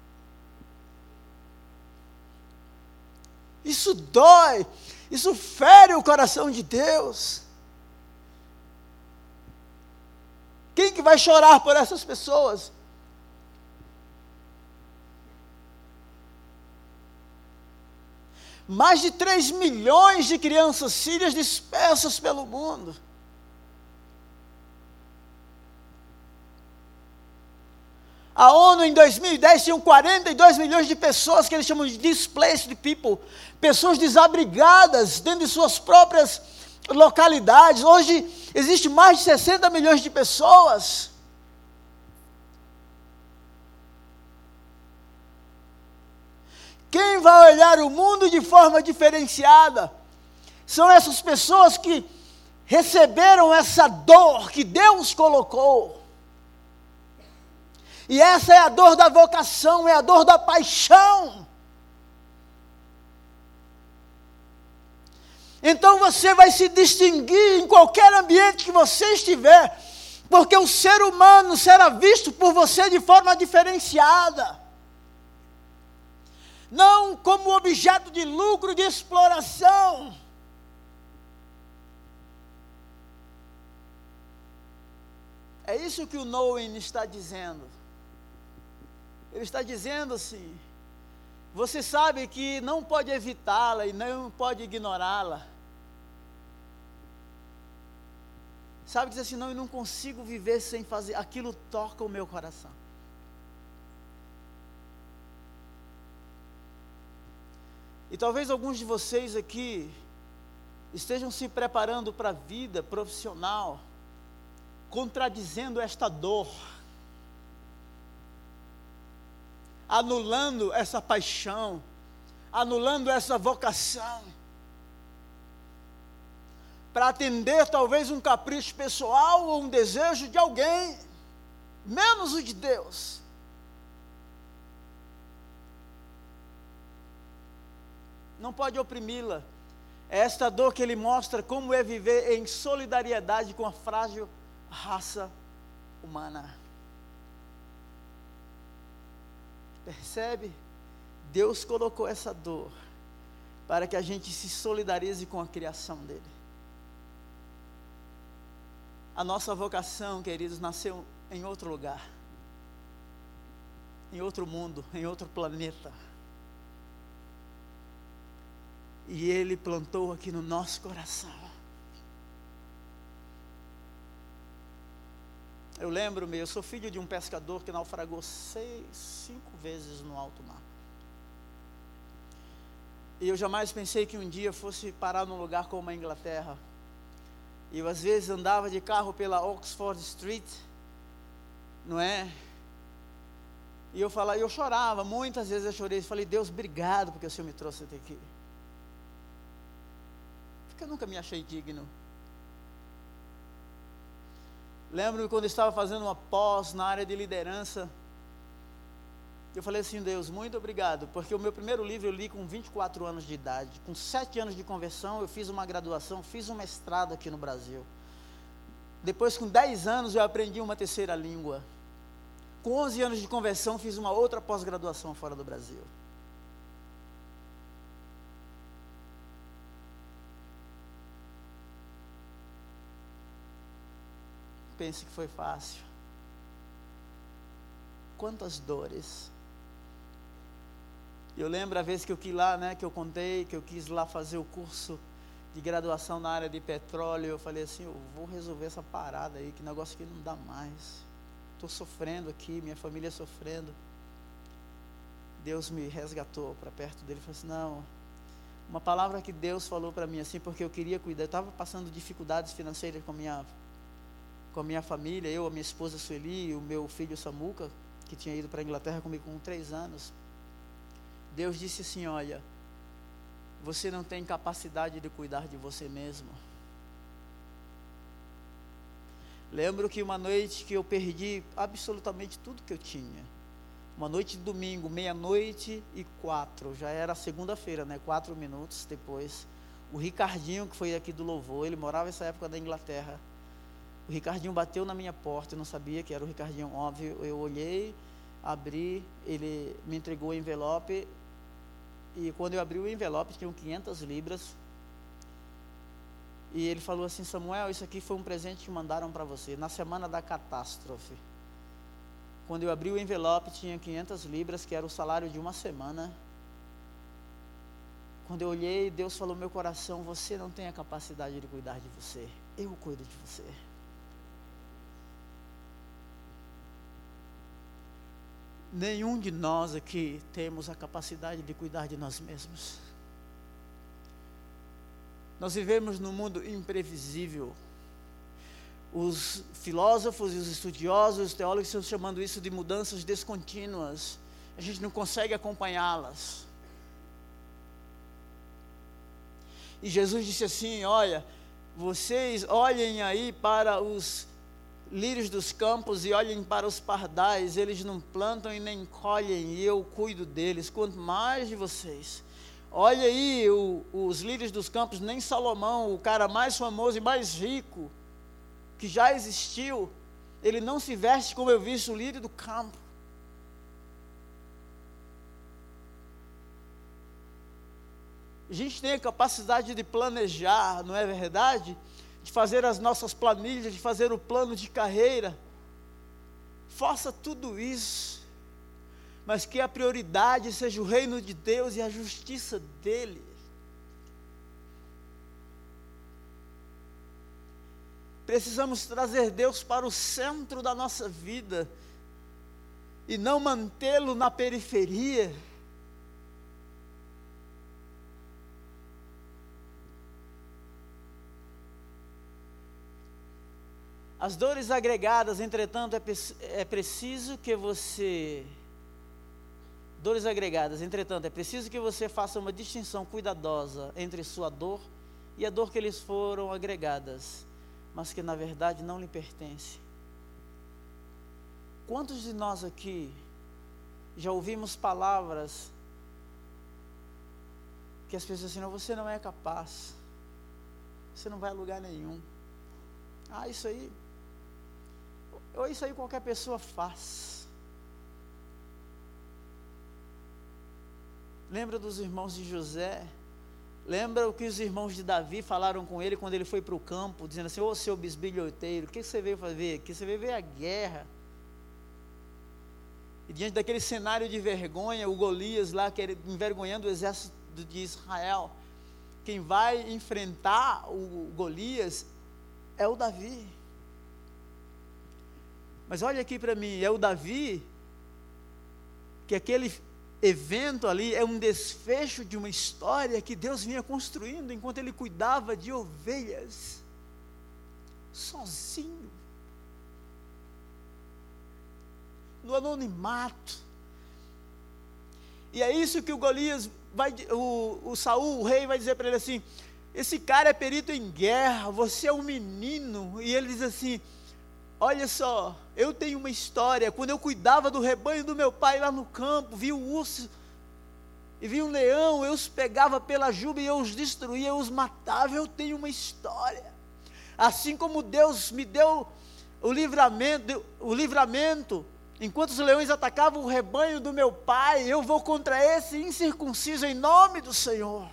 Isso dói, isso fere o coração de Deus. Quem que vai chorar por essas pessoas? Mais de 3 milhões de crianças sírias dispersas pelo mundo. A ONU em 2010 tinha 42 milhões de pessoas que eles chamam de displaced people, pessoas desabrigadas dentro de suas próprias localidades. Hoje existe mais de 60 milhões de pessoas. Quem vai olhar o mundo de forma diferenciada são essas pessoas que receberam essa dor que Deus colocou. E essa é a dor da vocação, é a dor da paixão. Então você vai se distinguir em qualquer ambiente que você estiver, porque o ser humano será visto por você de forma diferenciada. Não como objeto de lucro, de exploração. É isso que o Nowen está dizendo. Ele está dizendo assim: você sabe que não pode evitá-la e não pode ignorá-la. Sabe, diz assim, não, eu não consigo viver sem fazer, aquilo toca o meu coração. E talvez alguns de vocês aqui estejam se preparando para a vida profissional, contradizendo esta dor, anulando essa paixão, anulando essa vocação, para atender talvez um capricho pessoal ou um desejo de alguém, menos o de Deus. Não pode oprimi-la. É esta dor que ele mostra como é viver em solidariedade com a frágil raça humana. Percebe? Deus colocou essa dor para que a gente se solidarize com a criação dele. A nossa vocação, queridos, nasceu em outro lugar, em outro mundo, em outro planeta. E ele plantou aqui no nosso coração. Eu lembro-me, eu sou filho de um pescador que naufragou 5 vezes no alto mar. E eu jamais pensei que um dia fosse parar num lugar como a Inglaterra. E eu às vezes andava de carro pela Oxford Street, não é? E eu chorava, muitas vezes eu chorei. Falei, Deus, obrigado porque o Senhor me trouxe até aqui. Porque eu nunca me achei digno. Lembro-me quando eu estava fazendo uma pós na área de liderança. Eu falei assim, Deus, muito obrigado, porque o meu primeiro livro eu li com 24 anos de idade. Com 7 anos de conversão, eu fiz uma graduação, fiz um mestrado aqui no Brasil. Depois, com 10 anos, eu aprendi uma terceira língua. Com 11 anos de conversão, fiz uma outra pós-graduação fora do Brasil. Pense que foi fácil. Quantas dores. Eu lembro a vez que eu quis lá, que eu contei, que eu quis lá fazer o curso de graduação na área de petróleo. Eu falei assim, eu vou resolver essa parada aí, que negócio aqui não dá mais. Estou sofrendo aqui, minha família sofrendo. Deus me resgatou para perto dele e falou assim, não, uma palavra que Deus falou para mim assim, porque eu queria cuidar, eu estava passando dificuldades financeiras com a minha família, eu, a minha esposa Sueli e o meu filho Samuca, que tinha ido para a Inglaterra comigo com 3 anos. Deus disse assim, olha, você não tem capacidade de cuidar de você mesmo. Lembro que uma noite que eu perdi absolutamente tudo que eu tinha. Uma noite de domingo, 00:04, já era segunda-feira, 4 minutos depois. O Ricardinho, que foi aqui do Louvor, ele morava nessa época da Inglaterra. O Ricardinho bateu na minha porta, eu não sabia que era o Ricardinho, óbvio. Eu olhei, abri, ele me entregou o envelope. E quando eu abri o envelope, tinham 500 libras. E ele falou assim, Samuel, isso aqui foi um presente que mandaram para você, na semana da catástrofe. Quando eu abri o envelope, tinha 500 libras, que era o salário de uma semana. Quando eu olhei, Deus falou no meu coração, você não tem a capacidade de cuidar de você, eu cuido de você. Nenhum de nós aqui temos a capacidade de cuidar de nós mesmos. Nós vivemos num mundo imprevisível. Os filósofos e os estudiosos, os teólogos estão chamando isso de mudanças descontínuas. A gente não consegue acompanhá-las. E Jesus disse assim, olha, vocês olhem aí para os lírios dos campos e olhem para os pardais, eles não plantam e nem colhem, e eu cuido deles. Quanto mais de vocês, Olha aí os lírios dos campos, nem Salomão, o cara mais famoso e mais rico que já existiu, ele não se veste como eu visto o lírio do campo. A gente tem a capacidade de planejar, não é verdade? De fazer as nossas planilhas, de fazer o plano de carreira. Faça tudo isso, mas que a prioridade seja o reino de Deus e a justiça dele. Precisamos trazer Deus para o centro da nossa vida e não mantê-lo na periferia. As dores agregadas, entretanto, é preciso que você faça uma distinção cuidadosa entre sua dor e a dor que lhes foram agregadas, mas que na verdade não lhe pertence. Quantos de nós aqui já ouvimos palavras que as pessoas dizem assim: não, você não é capaz, você não vai a lugar nenhum. Isso aí qualquer pessoa faz. Lembra dos irmãos de José? Lembra o que os irmãos de Davi falaram com ele quando ele foi para o campo, dizendo assim: ô seu bisbilhoteiro, o que você veio fazer aqui? Você veio ver a guerra. E diante daquele cenário de vergonha, o Golias lá, envergonhando o exército de Israel, quem vai enfrentar o Golias é o Davi. Mas olha aqui para mim, é o Davi, que aquele evento ali é um desfecho de uma história que Deus vinha construindo enquanto ele cuidava de ovelhas, sozinho, no anonimato. E é isso que o Golias o Saul, o rei, vai dizer para ele assim: esse cara é perito em guerra, você é um menino. E ele diz assim: olha só, eu tenho uma história. Quando eu cuidava do rebanho do meu pai lá no campo, vi um urso e vi um leão, eu os pegava pela juba e eu os destruía, eu os matava. Eu tenho uma história. Assim como Deus me deu o livramento, enquanto os leões atacavam o rebanho do meu pai, eu vou contra esse incircunciso em nome do Senhor.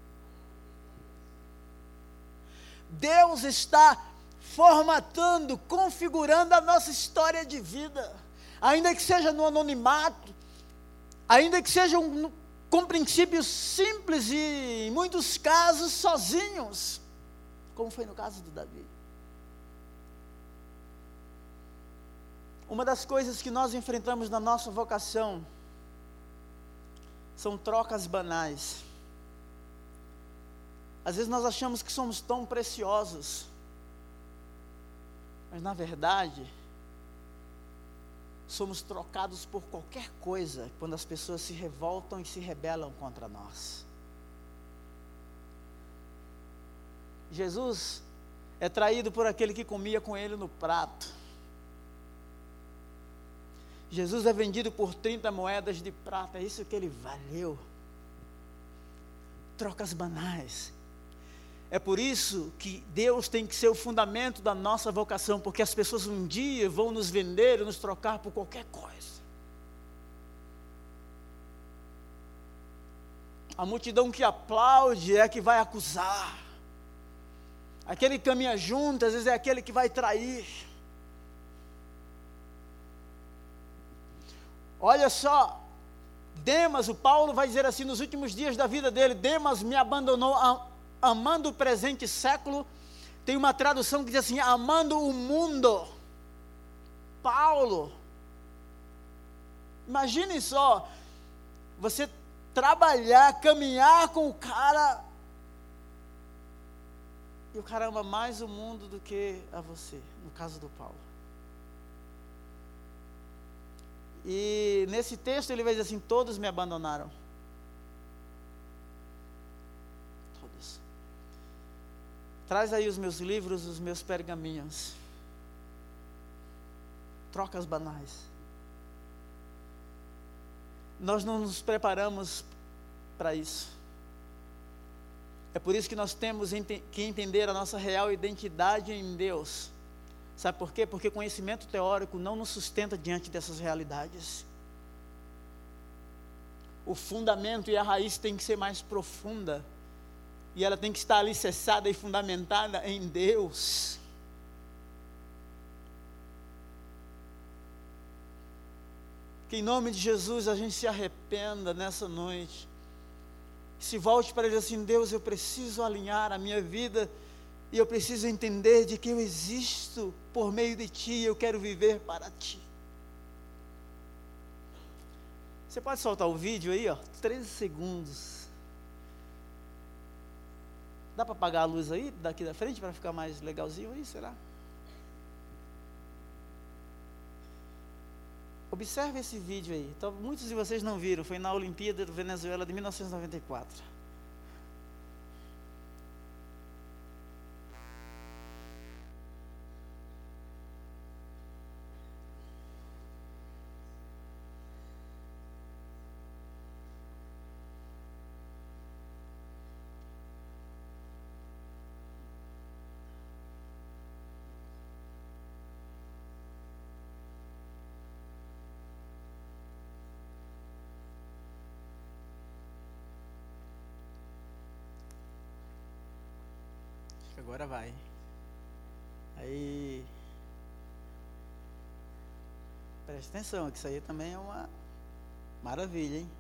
Deus está formatando, configurando a nossa história de vida, ainda que seja no anonimato, ainda que seja com princípios simples e, em muitos casos, sozinhos, como foi no caso do Davi. Uma das coisas que nós enfrentamos na nossa vocação são trocas banais. Às vezes nós achamos que somos tão preciosos, mas na verdade, somos trocados por qualquer coisa quando as pessoas se revoltam e se rebelam contra nós. Jesus é traído por aquele que comia com ele no prato. Jesus é vendido por 30 moedas de prata, é isso que ele valeu. Trocas banais. É por isso que Deus tem que ser o fundamento da nossa vocação, porque as pessoas um dia vão nos vender, nos trocar por qualquer coisa. A multidão que aplaude é a que vai acusar. Aquele que caminha junto, às vezes é aquele que vai trair. Olha só, Demas, o Paulo vai dizer assim, nos últimos dias da vida dele: Demas me abandonou amando o presente século. Tem uma tradução que diz assim: amando o mundo. Paulo, imagine só, você trabalhar, caminhar com o cara, e o cara ama mais o mundo do que a você, no caso do Paulo. E nesse texto ele vai dizer assim: todos me abandonaram. Todos. Traz aí os meus livros, os meus pergaminhos. Trocas banais. Nós não nos preparamos para isso. É por isso que nós temos que entender a nossa real identidade em Deus. Sabe por quê? Porque conhecimento teórico não nos sustenta diante dessas realidades. O fundamento e a raiz tem que ser mais profunda. E ela tem que estar alicerçada e fundamentada em Deus. Que em nome de Jesus a gente se arrependa nessa noite. Se volte para Ele assim: Deus, eu preciso alinhar a minha vida e eu preciso entender de que eu existo por meio de Ti e eu quero viver para Ti. Você pode soltar o vídeo aí, 13 segundos. Dá para apagar a luz aí, daqui da frente, para ficar mais legalzinho aí, será? Observe esse vídeo aí. Então, muitos de vocês não viram. Foi na Olimpíada do Venezuela de 1994. Agora vai. Aí, preste atenção, que isso aí também é uma maravilha, hein?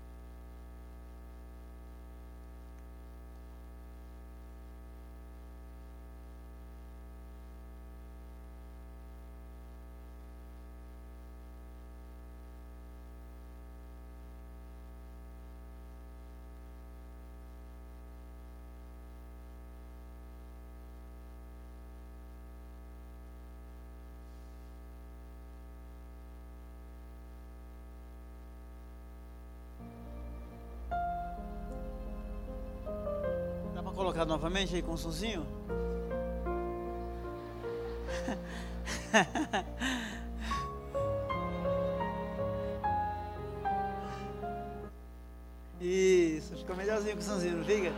Colocar novamente aí com o sonzinho. Isso, ficou melhorzinho com o sonzinho, não fica?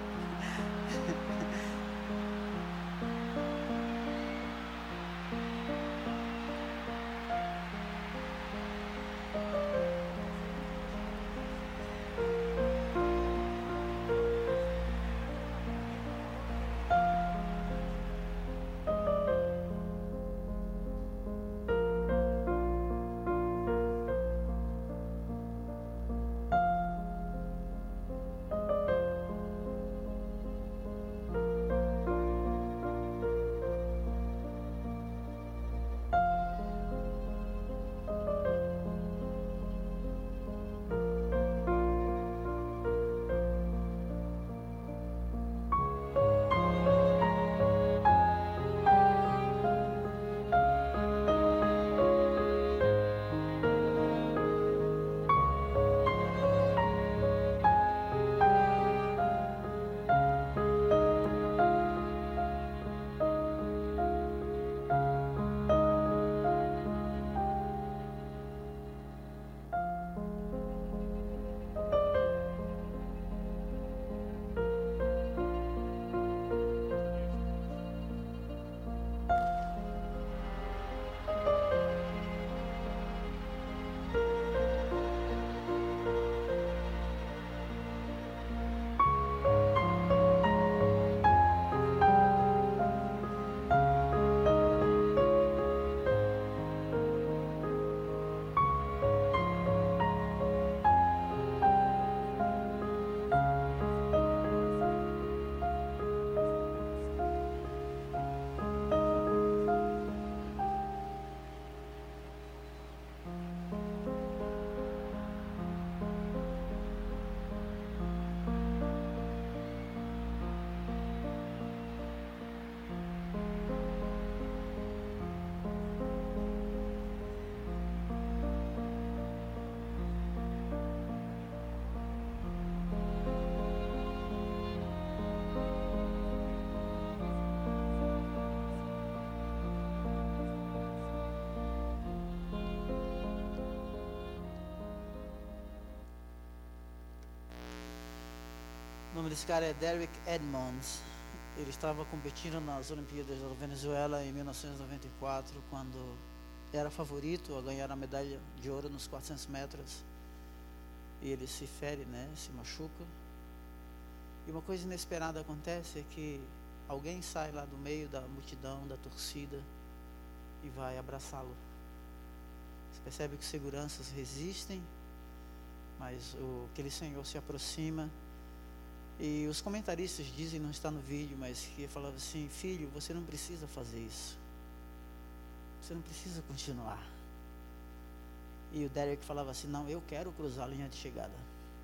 desse cara é Derek Edmonds. Ele estava competindo nas Olimpíadas da Venezuela em 1994, quando era favorito a ganhar a medalha de ouro nos 400 metros. E ele se fere, né? Se machuca. E uma coisa inesperada acontece, é que alguém sai lá do meio da multidão, da torcida, e vai abraçá-lo. Você percebe que os seguranças resistem, mas aquele senhor se aproxima. E os comentaristas dizem, não está no vídeo, mas que falava assim: filho, você não precisa fazer isso. Você não precisa continuar. E o Derek falava assim: não, eu quero cruzar a linha de chegada.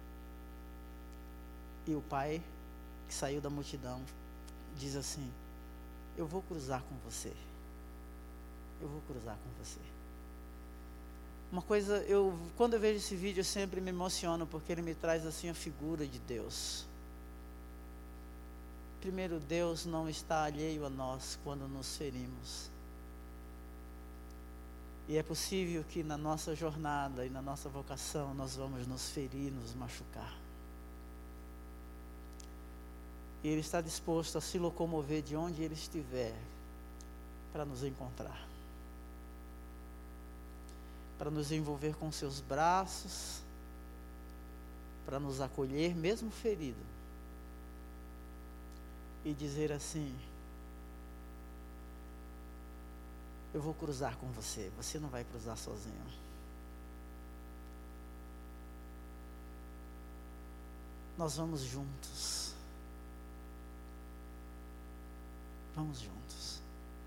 E o pai, que saiu da multidão, diz assim: eu vou cruzar com você. Eu vou cruzar com você. Uma coisa, quando eu vejo esse vídeo, eu sempre me emociono, porque ele me traz assim a figura de Deus. Primeiro, Deus não está alheio a nós quando nos ferimos. E é possível que na nossa jornada e na nossa vocação nós vamos nos ferir, nos machucar. E Ele está disposto a se locomover de onde Ele estiver para nos encontrar. Para nos envolver com seus braços, para nos acolher mesmo ferido. E dizer assim: eu vou cruzar com você, você não vai cruzar sozinho. Nós vamos juntos. Vamos juntos.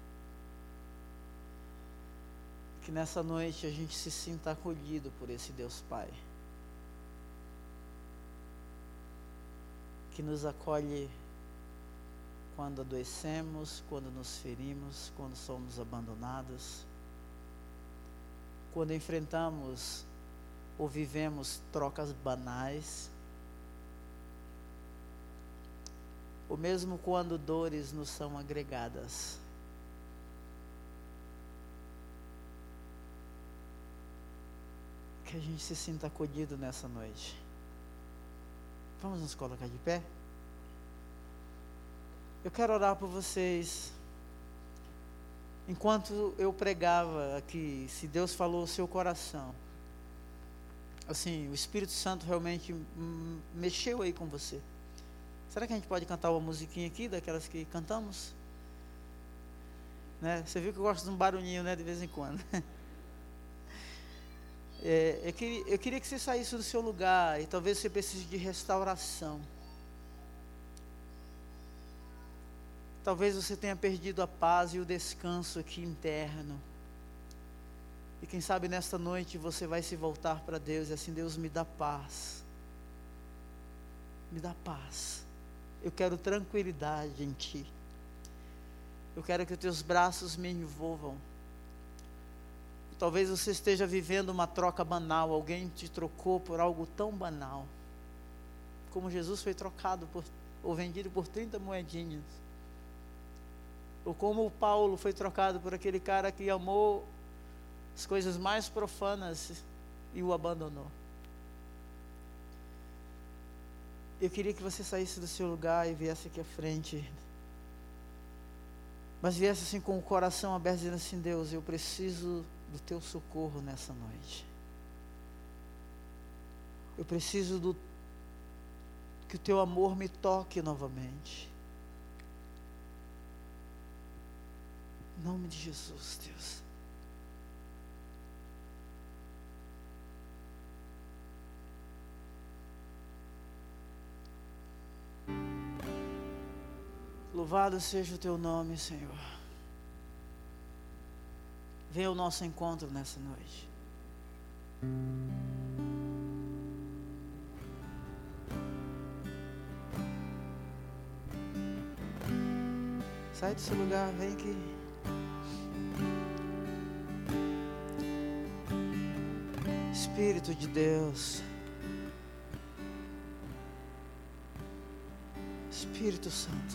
Que nessa noite a gente se sinta acolhido por esse Deus Pai. Que nos acolhe quando adoecemos, quando nos ferimos, quando somos abandonados, quando enfrentamos ou vivemos trocas banais, ou mesmo quando dores nos são agregadas. Que a gente se sinta acolhido nessa noite. Vamos nos colocar de pé? Eu quero orar por vocês. Enquanto eu pregava aqui, se Deus falou ao seu coração, assim, o Espírito Santo realmente mexeu aí com você. Será que a gente pode cantar uma musiquinha aqui, daquelas que cantamos? Né? Você viu que eu gosto de um barulhinho, né, de vez em quando. Eu queria que você saísse do seu lugar, e talvez você precise de restauração. Talvez você tenha perdido a paz e o descanso aqui interno. E quem sabe nesta noite você vai se voltar para Deus e assim: Deus, me dá paz. Me dá paz. Eu quero tranquilidade em Ti. Eu quero que os Teus braços me envolvam. Talvez você esteja vivendo uma troca banal. Alguém te trocou por algo tão banal. Como Jesus foi trocado ou vendido por 30 moedinhas. Ou como o Paulo foi trocado por aquele cara que amou as coisas mais profanas e o abandonou. Eu queria que você saísse do seu lugar e viesse aqui à frente. Mas viesse assim com o coração aberto, dizendo assim: Deus, eu preciso do Teu socorro nessa noite. Eu preciso que o Teu amor me toque novamente. Em nome de Jesus, Deus. Louvado seja o Teu nome, Senhor. Venha ao nosso encontro nessa noite. Sai do seu lugar, vem aqui. Espírito de Deus, Espírito Santo,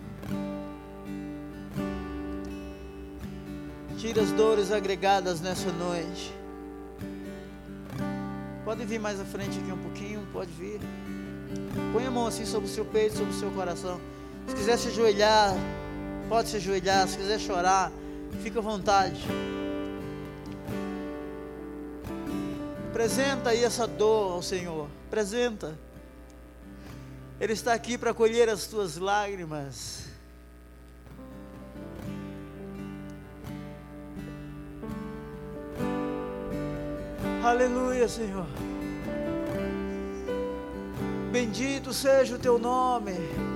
tira as dores agregadas nessa noite. Pode vir mais à frente aqui um pouquinho, pode vir. Põe a mão assim sobre o seu peito, sobre o seu coração. Se quiser se ajoelhar, pode se ajoelhar. Se quiser chorar, fica à vontade. Apresenta aí essa dor ao Senhor. Apresenta. Ele está aqui para colher as tuas lágrimas. Aleluia, Senhor. Bendito seja o teu nome.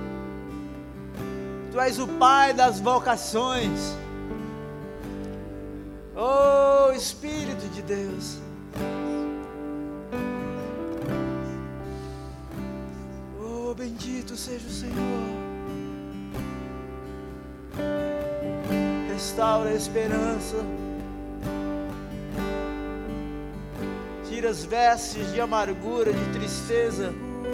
Tu és o Pai das vocações. Oh, Espírito de Deus. Oh, bendito seja o Senhor. Restaura a esperança. Tira as vestes de amargura, de tristeza.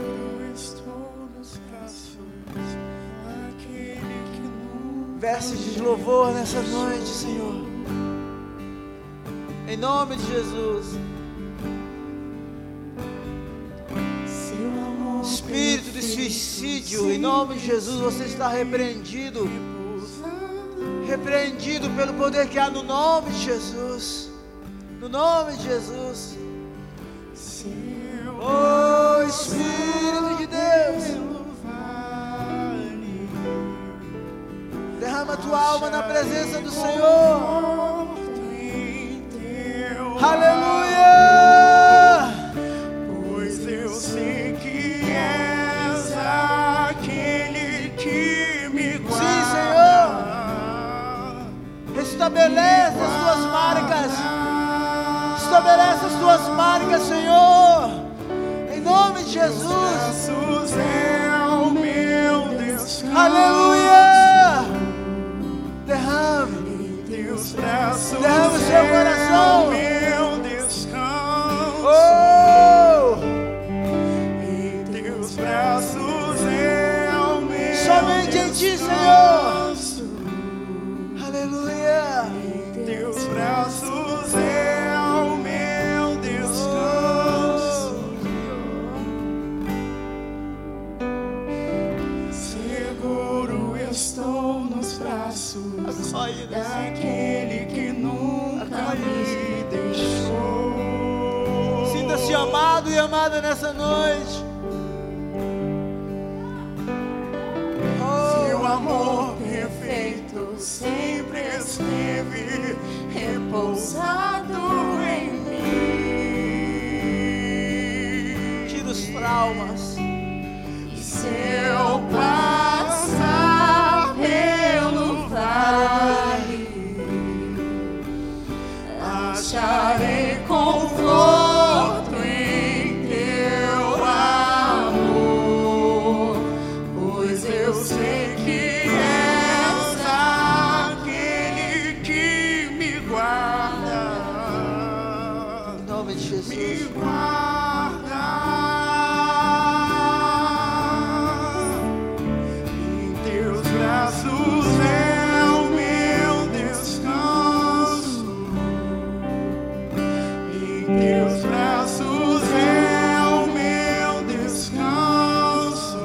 Vestes de louvor nessa noite, Senhor. Em nome de Jesus. Espírito de suicídio, em nome de Jesus, você está repreendido. Repreendido pelo poder que há no nome de Jesus. No nome de Jesus. Oh, Espírito de Deus, derrama a tua alma na presença do Senhor. Aleluia! Pois eu sei que és aquele que me guarda. Sim, Senhor. Restabelece as tuas marcas. Estabelece as tuas marcas, Senhor. Em nome de Jesus. É o meu descanso. Aleluia. Derrame. Derrame o seu coração. Meu descanso. Oh. Em teus braços é o meu somente em ti, Senhor. Aleluia. Em teus braços é o meu descanso. Seguro estou nos braços daquele que nunca me deixou. Sinta-se amado e amada nessa noite. Seu amor perfeito sempre esteve repousado em mim. Tira os traumas. E se eu passar pelo vale, acharei conforto em teu amor, pois eu sei que és aquele que me guarda. Em nome de Jesus. Me guarda. Em teus braços é o meu descanso. Em teus braços é o meu descanso.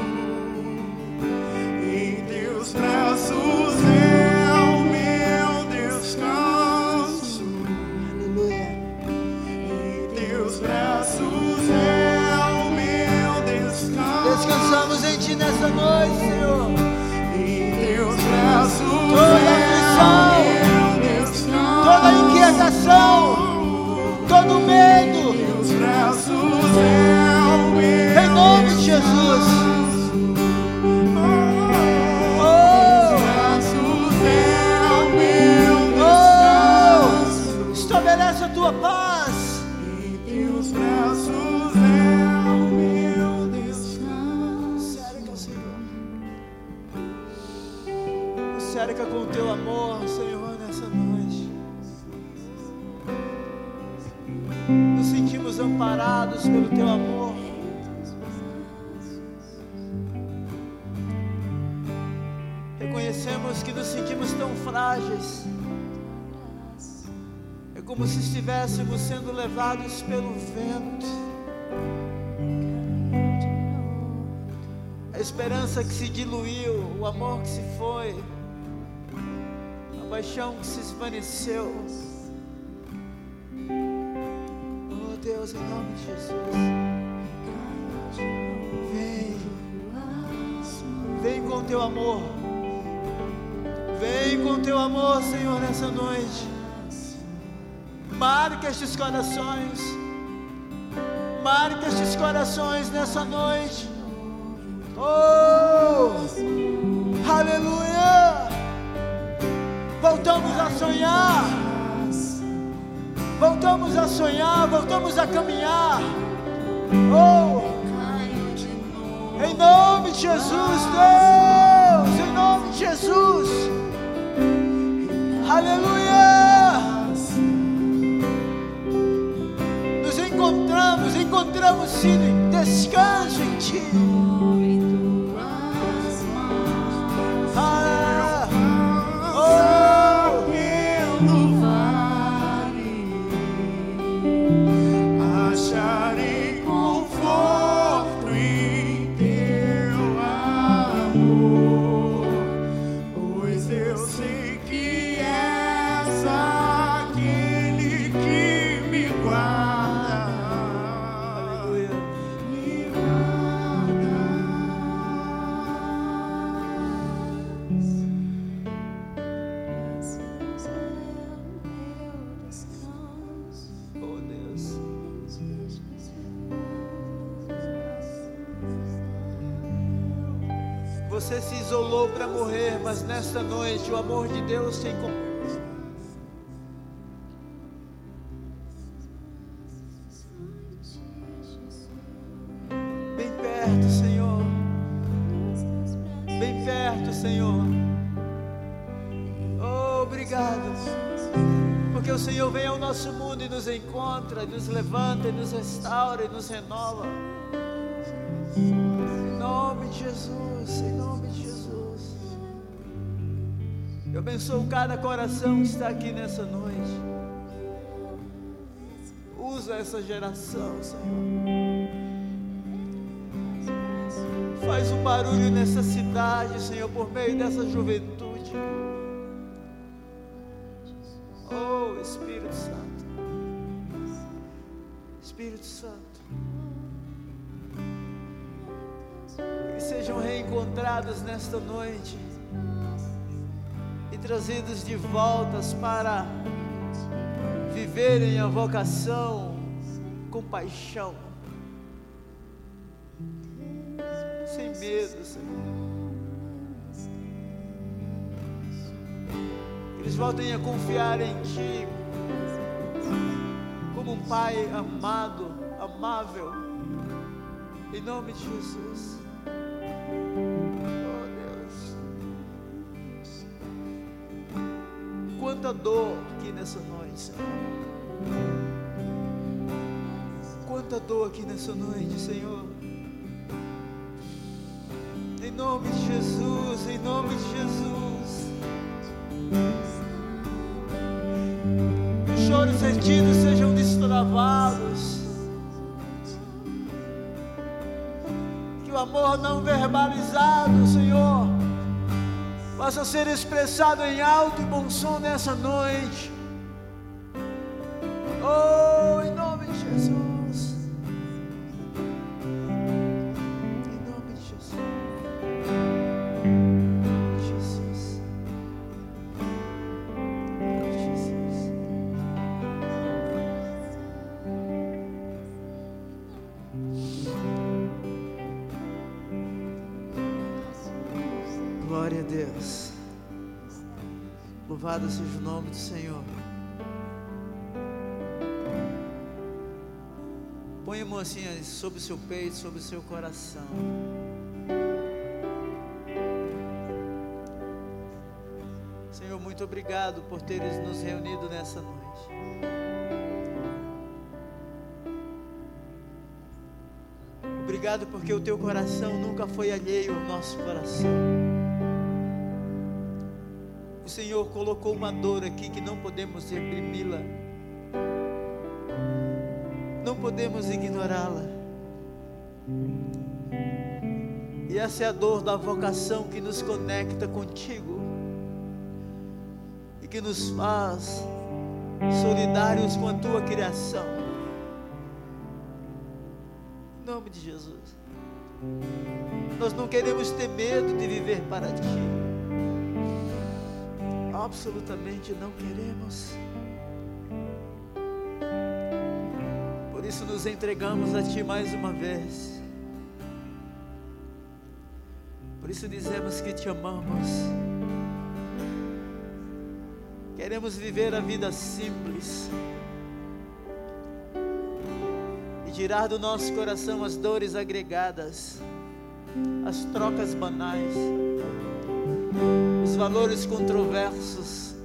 Em teus braços é o meu descanso. Aleluia. Em teus braços é o meu descanso. Descansamos em ti nessa noite, Senhor. Em teus braços Toda aflição, toda inquietação, todo medo, teus braços é o meu em nome de Jesus. Oh, braços é o meu oh, estabelece a tua paz. em teus braços é o meu descanso. Cerca, Senhor. Cerca com o teu amor, Senhor, nessa noite. Nos sentimos amparados pelo teu amor. Reconhecemos que nos sentimos tão frágeis. É como se estivéssemos sendo levados pelo vento. esperança que se diluiu, o amor que se foi, a paixão que se esvaneceu. Oh Deus, em nome de Jesus, vem com o teu amor, vem com o teu amor, Senhor, nessa noite. Marca estes corações, marca estes corações nessa noite. Oh, aleluia! Voltamos a sonhar, voltamos a sonhar, voltamos a caminhar. Oh, em nome de Jesus, Deus, em nome de Jesus, aleluia! Encontramos sim descanso em Ti. Acharei conforto em Teu amor, pois eu sei que és aquele que me guarda. Me Oh Deus, você se isolou para morrer, mas nesta noite o amor de Deus tem como. Bem perto, Senhor. Bem perto, Senhor. Oh, obrigado. Porque o Senhor vem ao nosso mundo e nos encontra, e nos levanta, e nos restaura, e nos renova. Em nome de Jesus, em nome de Jesus. Eu abençoo cada coração que está aqui nessa noite. Usa essa geração, Senhor. Faz um barulho nessa cidade, Senhor, por meio dessa juventude. Oh, Espírito Santo. Espírito Santo. Que sejam reencontrados nesta noite e trazidos de voltas para viverem a vocação com paixão, sem medo, Senhor. Eles voltem a confiar em Ti como um Pai amado, amável, em nome de Jesus. Oh Deus, quanta dor aqui nessa noite, Senhor. Quanta dor aqui nessa noite, Senhor. Em nome de Jesus, em nome de Jesus. Que os choros retidos sejam destravados. Que o amor não verbalizado, Senhor, possa ser expressado em alto e bom som nessa noite. Oh, em nome de Jesus. Em nome de Jesus. Jesus. Jesus. Glória a Deus. Louvado seja o nome do Senhor. Põe a mão assim sobre o seu peito, sobre o seu coração. Senhor, muito obrigado por teres nos reunido nessa noite. Obrigado porque o teu coração nunca foi alheio ao nosso coração. O Senhor colocou uma dor aqui que não podemos reprimi-la, não podemos ignorá-la. E essa é a dor da vocação que nos conecta contigo e que nos faz solidários com a tua criação. Em nome de Jesus. Nós não queremos ter medo de viver para ti. Absolutamente não queremos. Por isso nos entregamos a ti mais uma vez. Por isso dizemos que te amamos. Queremos viver a vida simples e tirar do nosso coração as dores agregadas, as trocas banais, os valores controversos.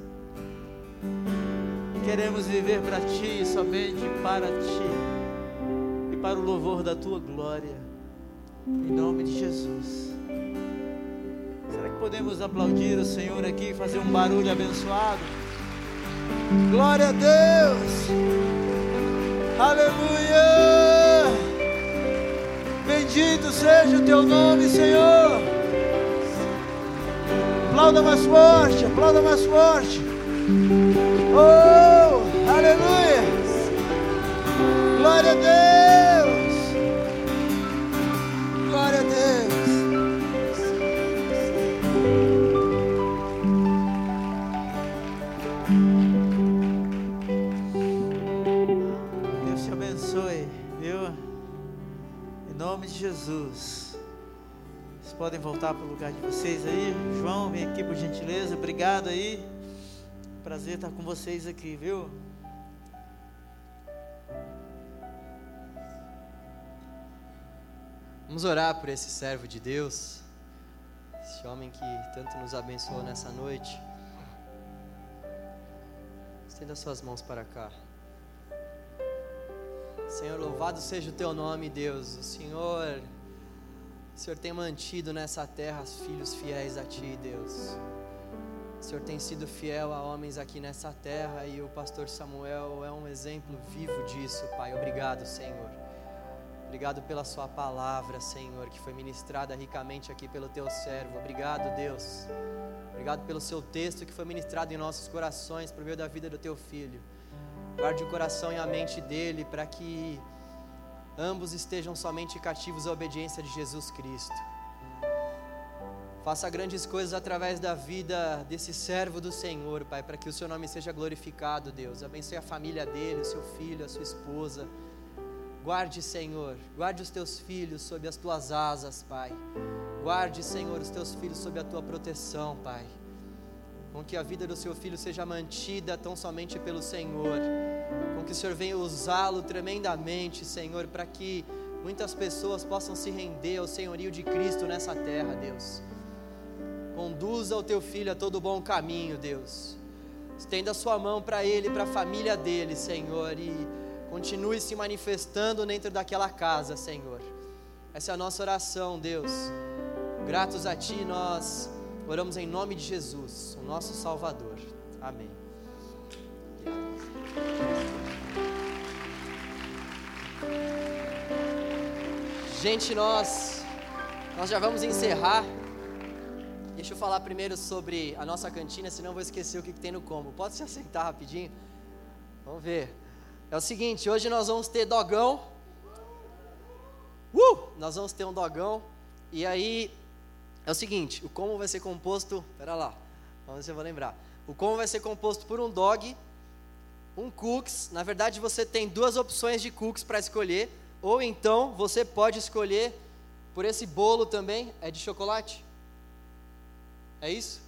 Queremos viver para ti, somente para ti e para o louvor da tua glória, em nome de Jesus. Será que podemos aplaudir o Senhor aqui e fazer um barulho abençoado? Glória a Deus! Aleluia! Bendito seja o teu nome, Senhor! Aplauda mais forte, aplauda mais forte! Oh, aleluia! Glória a Deus! Glória a Deus! Deus te abençoe, viu? Em nome de Jesus. Vocês podem voltar para o lugar de vocês aí. João, vem aqui por gentileza. Obrigado aí. Prazer estar com vocês aqui, viu? Vamos orar por esse servo de Deus, esse homem que tanto nos abençoou nessa noite. Estenda suas mãos para cá. Senhor, louvado seja o teu nome, Deus. O Senhor tem mantido nessa terra os filhos fiéis a ti, Deus. O Senhor tem sido fiel a homens aqui nessa terra e o pastor Samuel é um exemplo vivo disso, Pai. Obrigado, Senhor. Obrigado pela sua palavra, Senhor, que foi ministrada ricamente aqui pelo teu servo. Obrigado, Deus. Obrigado pelo seu texto que foi ministrado em nossos corações por meio da vida do teu filho. Guarde o coração e a mente dele para que ambos estejam somente cativos à obediência de Jesus Cristo. Faça grandes coisas através da vida desse servo do Senhor, Pai, para que o seu nome seja glorificado, Deus. Abençoe a família dele, o seu filho, a sua esposa. Guarde, Senhor, guarde os teus filhos sob as tuas asas, Pai. Guarde, Senhor, os teus filhos sob a tua proteção, Pai. Com que a vida do seu filho seja mantida tão somente pelo Senhor. Com que o Senhor venha usá-lo tremendamente, Senhor, para que muitas pessoas possam se render ao senhorio de Cristo nessa terra, Deus. Conduza o teu filho a todo bom caminho, Deus. Estenda a sua mão para ele e para a família dele, Senhor, e continue se manifestando dentro daquela casa, Senhor. Essa é a nossa oração, Deus. Gratos a ti, nós oramos em nome de Jesus, o nosso Salvador. Amém. Gente, nós já vamos encerrar. Deixa eu falar primeiro sobre a nossa cantina, senão eu vou esquecer o que tem no combo. Pode se assentar rapidinho? Vamos ver. É o seguinte, hoje nós vamos ter dogão. Nós vamos ter um dogão. E aí, é o seguinte, o combo vai ser composto... Pera lá, vamos ver se eu vou lembrar. O combo vai ser composto por um dog, um cookies. Na verdade, você tem duas opções de cookies para escolher. Ou então, você pode escolher por esse bolo também. É de chocolate? É isso?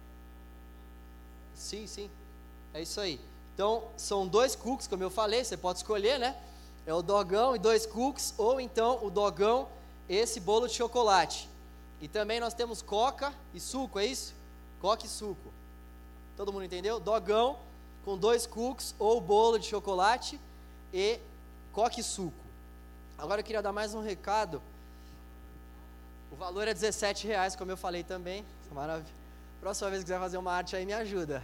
Sim, sim. É isso aí. Então, são dois cookies, como eu falei, você pode escolher, né? É o dogão e dois cookies, ou então o dogão, esse bolo de chocolate. E também nós temos coca e suco, é isso? Coca e suco. Todo mundo entendeu? Dogão com dois cookies, ou bolo de chocolate e coca e suco. Agora eu queria dar mais um recado. O valor é R$17, como eu falei também. Maravilha. Próxima vez que quiser fazer uma arte aí, me ajuda.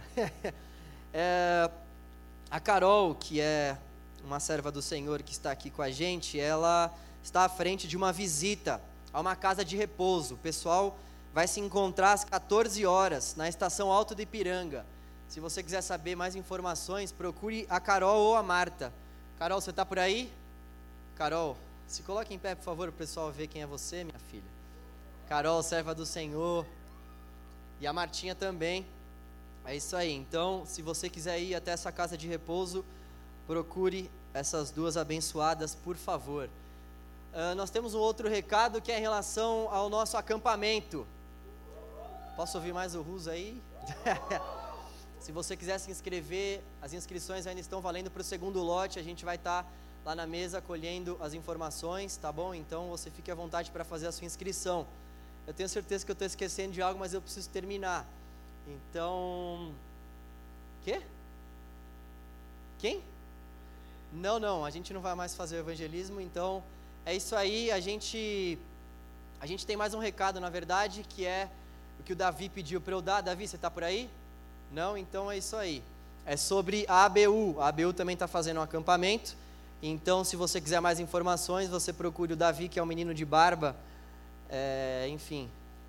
A Carol, que é uma serva do Senhor que está aqui com a gente, ela está à frente de uma visita a uma casa de repouso. O pessoal vai se encontrar às 14 horas na estação Alto de Ipiranga. Se você quiser saber mais informações, procure a Carol ou a Marta. Carol, você está por aí? Carol, se coloque em pé, por favor, para o pessoal ver quem é você, minha filha. Carol, serva do Senhor. E a Martinha também. É isso aí. Então, se você quiser ir até essa casa de repouso, procure essas duas abençoadas, por favor. Nós temos um outro recado que é em relação ao nosso acampamento. Posso ouvir mais o Rus aí? Se você quiser se inscrever, as inscrições ainda estão valendo para o segundo lote. A gente vai estar lá na mesa colhendo as informações, tá bom? Então você fique à vontade para fazer a sua inscrição. Eu tenho certeza que eu estou esquecendo de algo, mas eu preciso terminar. Então... Quê? Quem? Não, a gente não vai mais fazer o evangelismo, então é isso aí. A gente tem mais um recado, na verdade, que é o que o Davi pediu para eu dar. Davi, você está por aí? Não? Então é isso aí. É sobre a ABU. A ABU também está fazendo um acampamento. Então, se você quiser mais informações, você procure o Davi, que é um menino de barba. Enfim.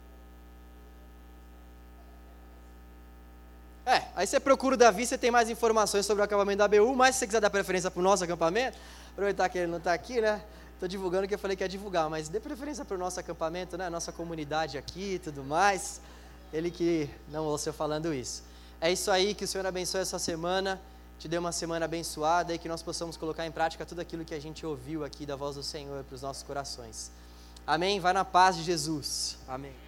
Aí você procura o Davi, você tem mais informações sobre o acampamento da ABU, mas se você quiser dar preferência para o nosso acampamento, aproveitar que ele não está aqui, né? Estou divulgando o que eu falei que ia divulgar, mas dê preferência para o nosso acampamento, né? Nossa comunidade aqui e tudo mais. Ele que não ouça eu falando isso. É isso aí, que o Senhor abençoe essa semana, te dê uma semana abençoada e que nós possamos colocar em prática tudo aquilo que a gente ouviu aqui da voz do Senhor para os nossos corações. Amém? Vai na paz de Jesus. Amém.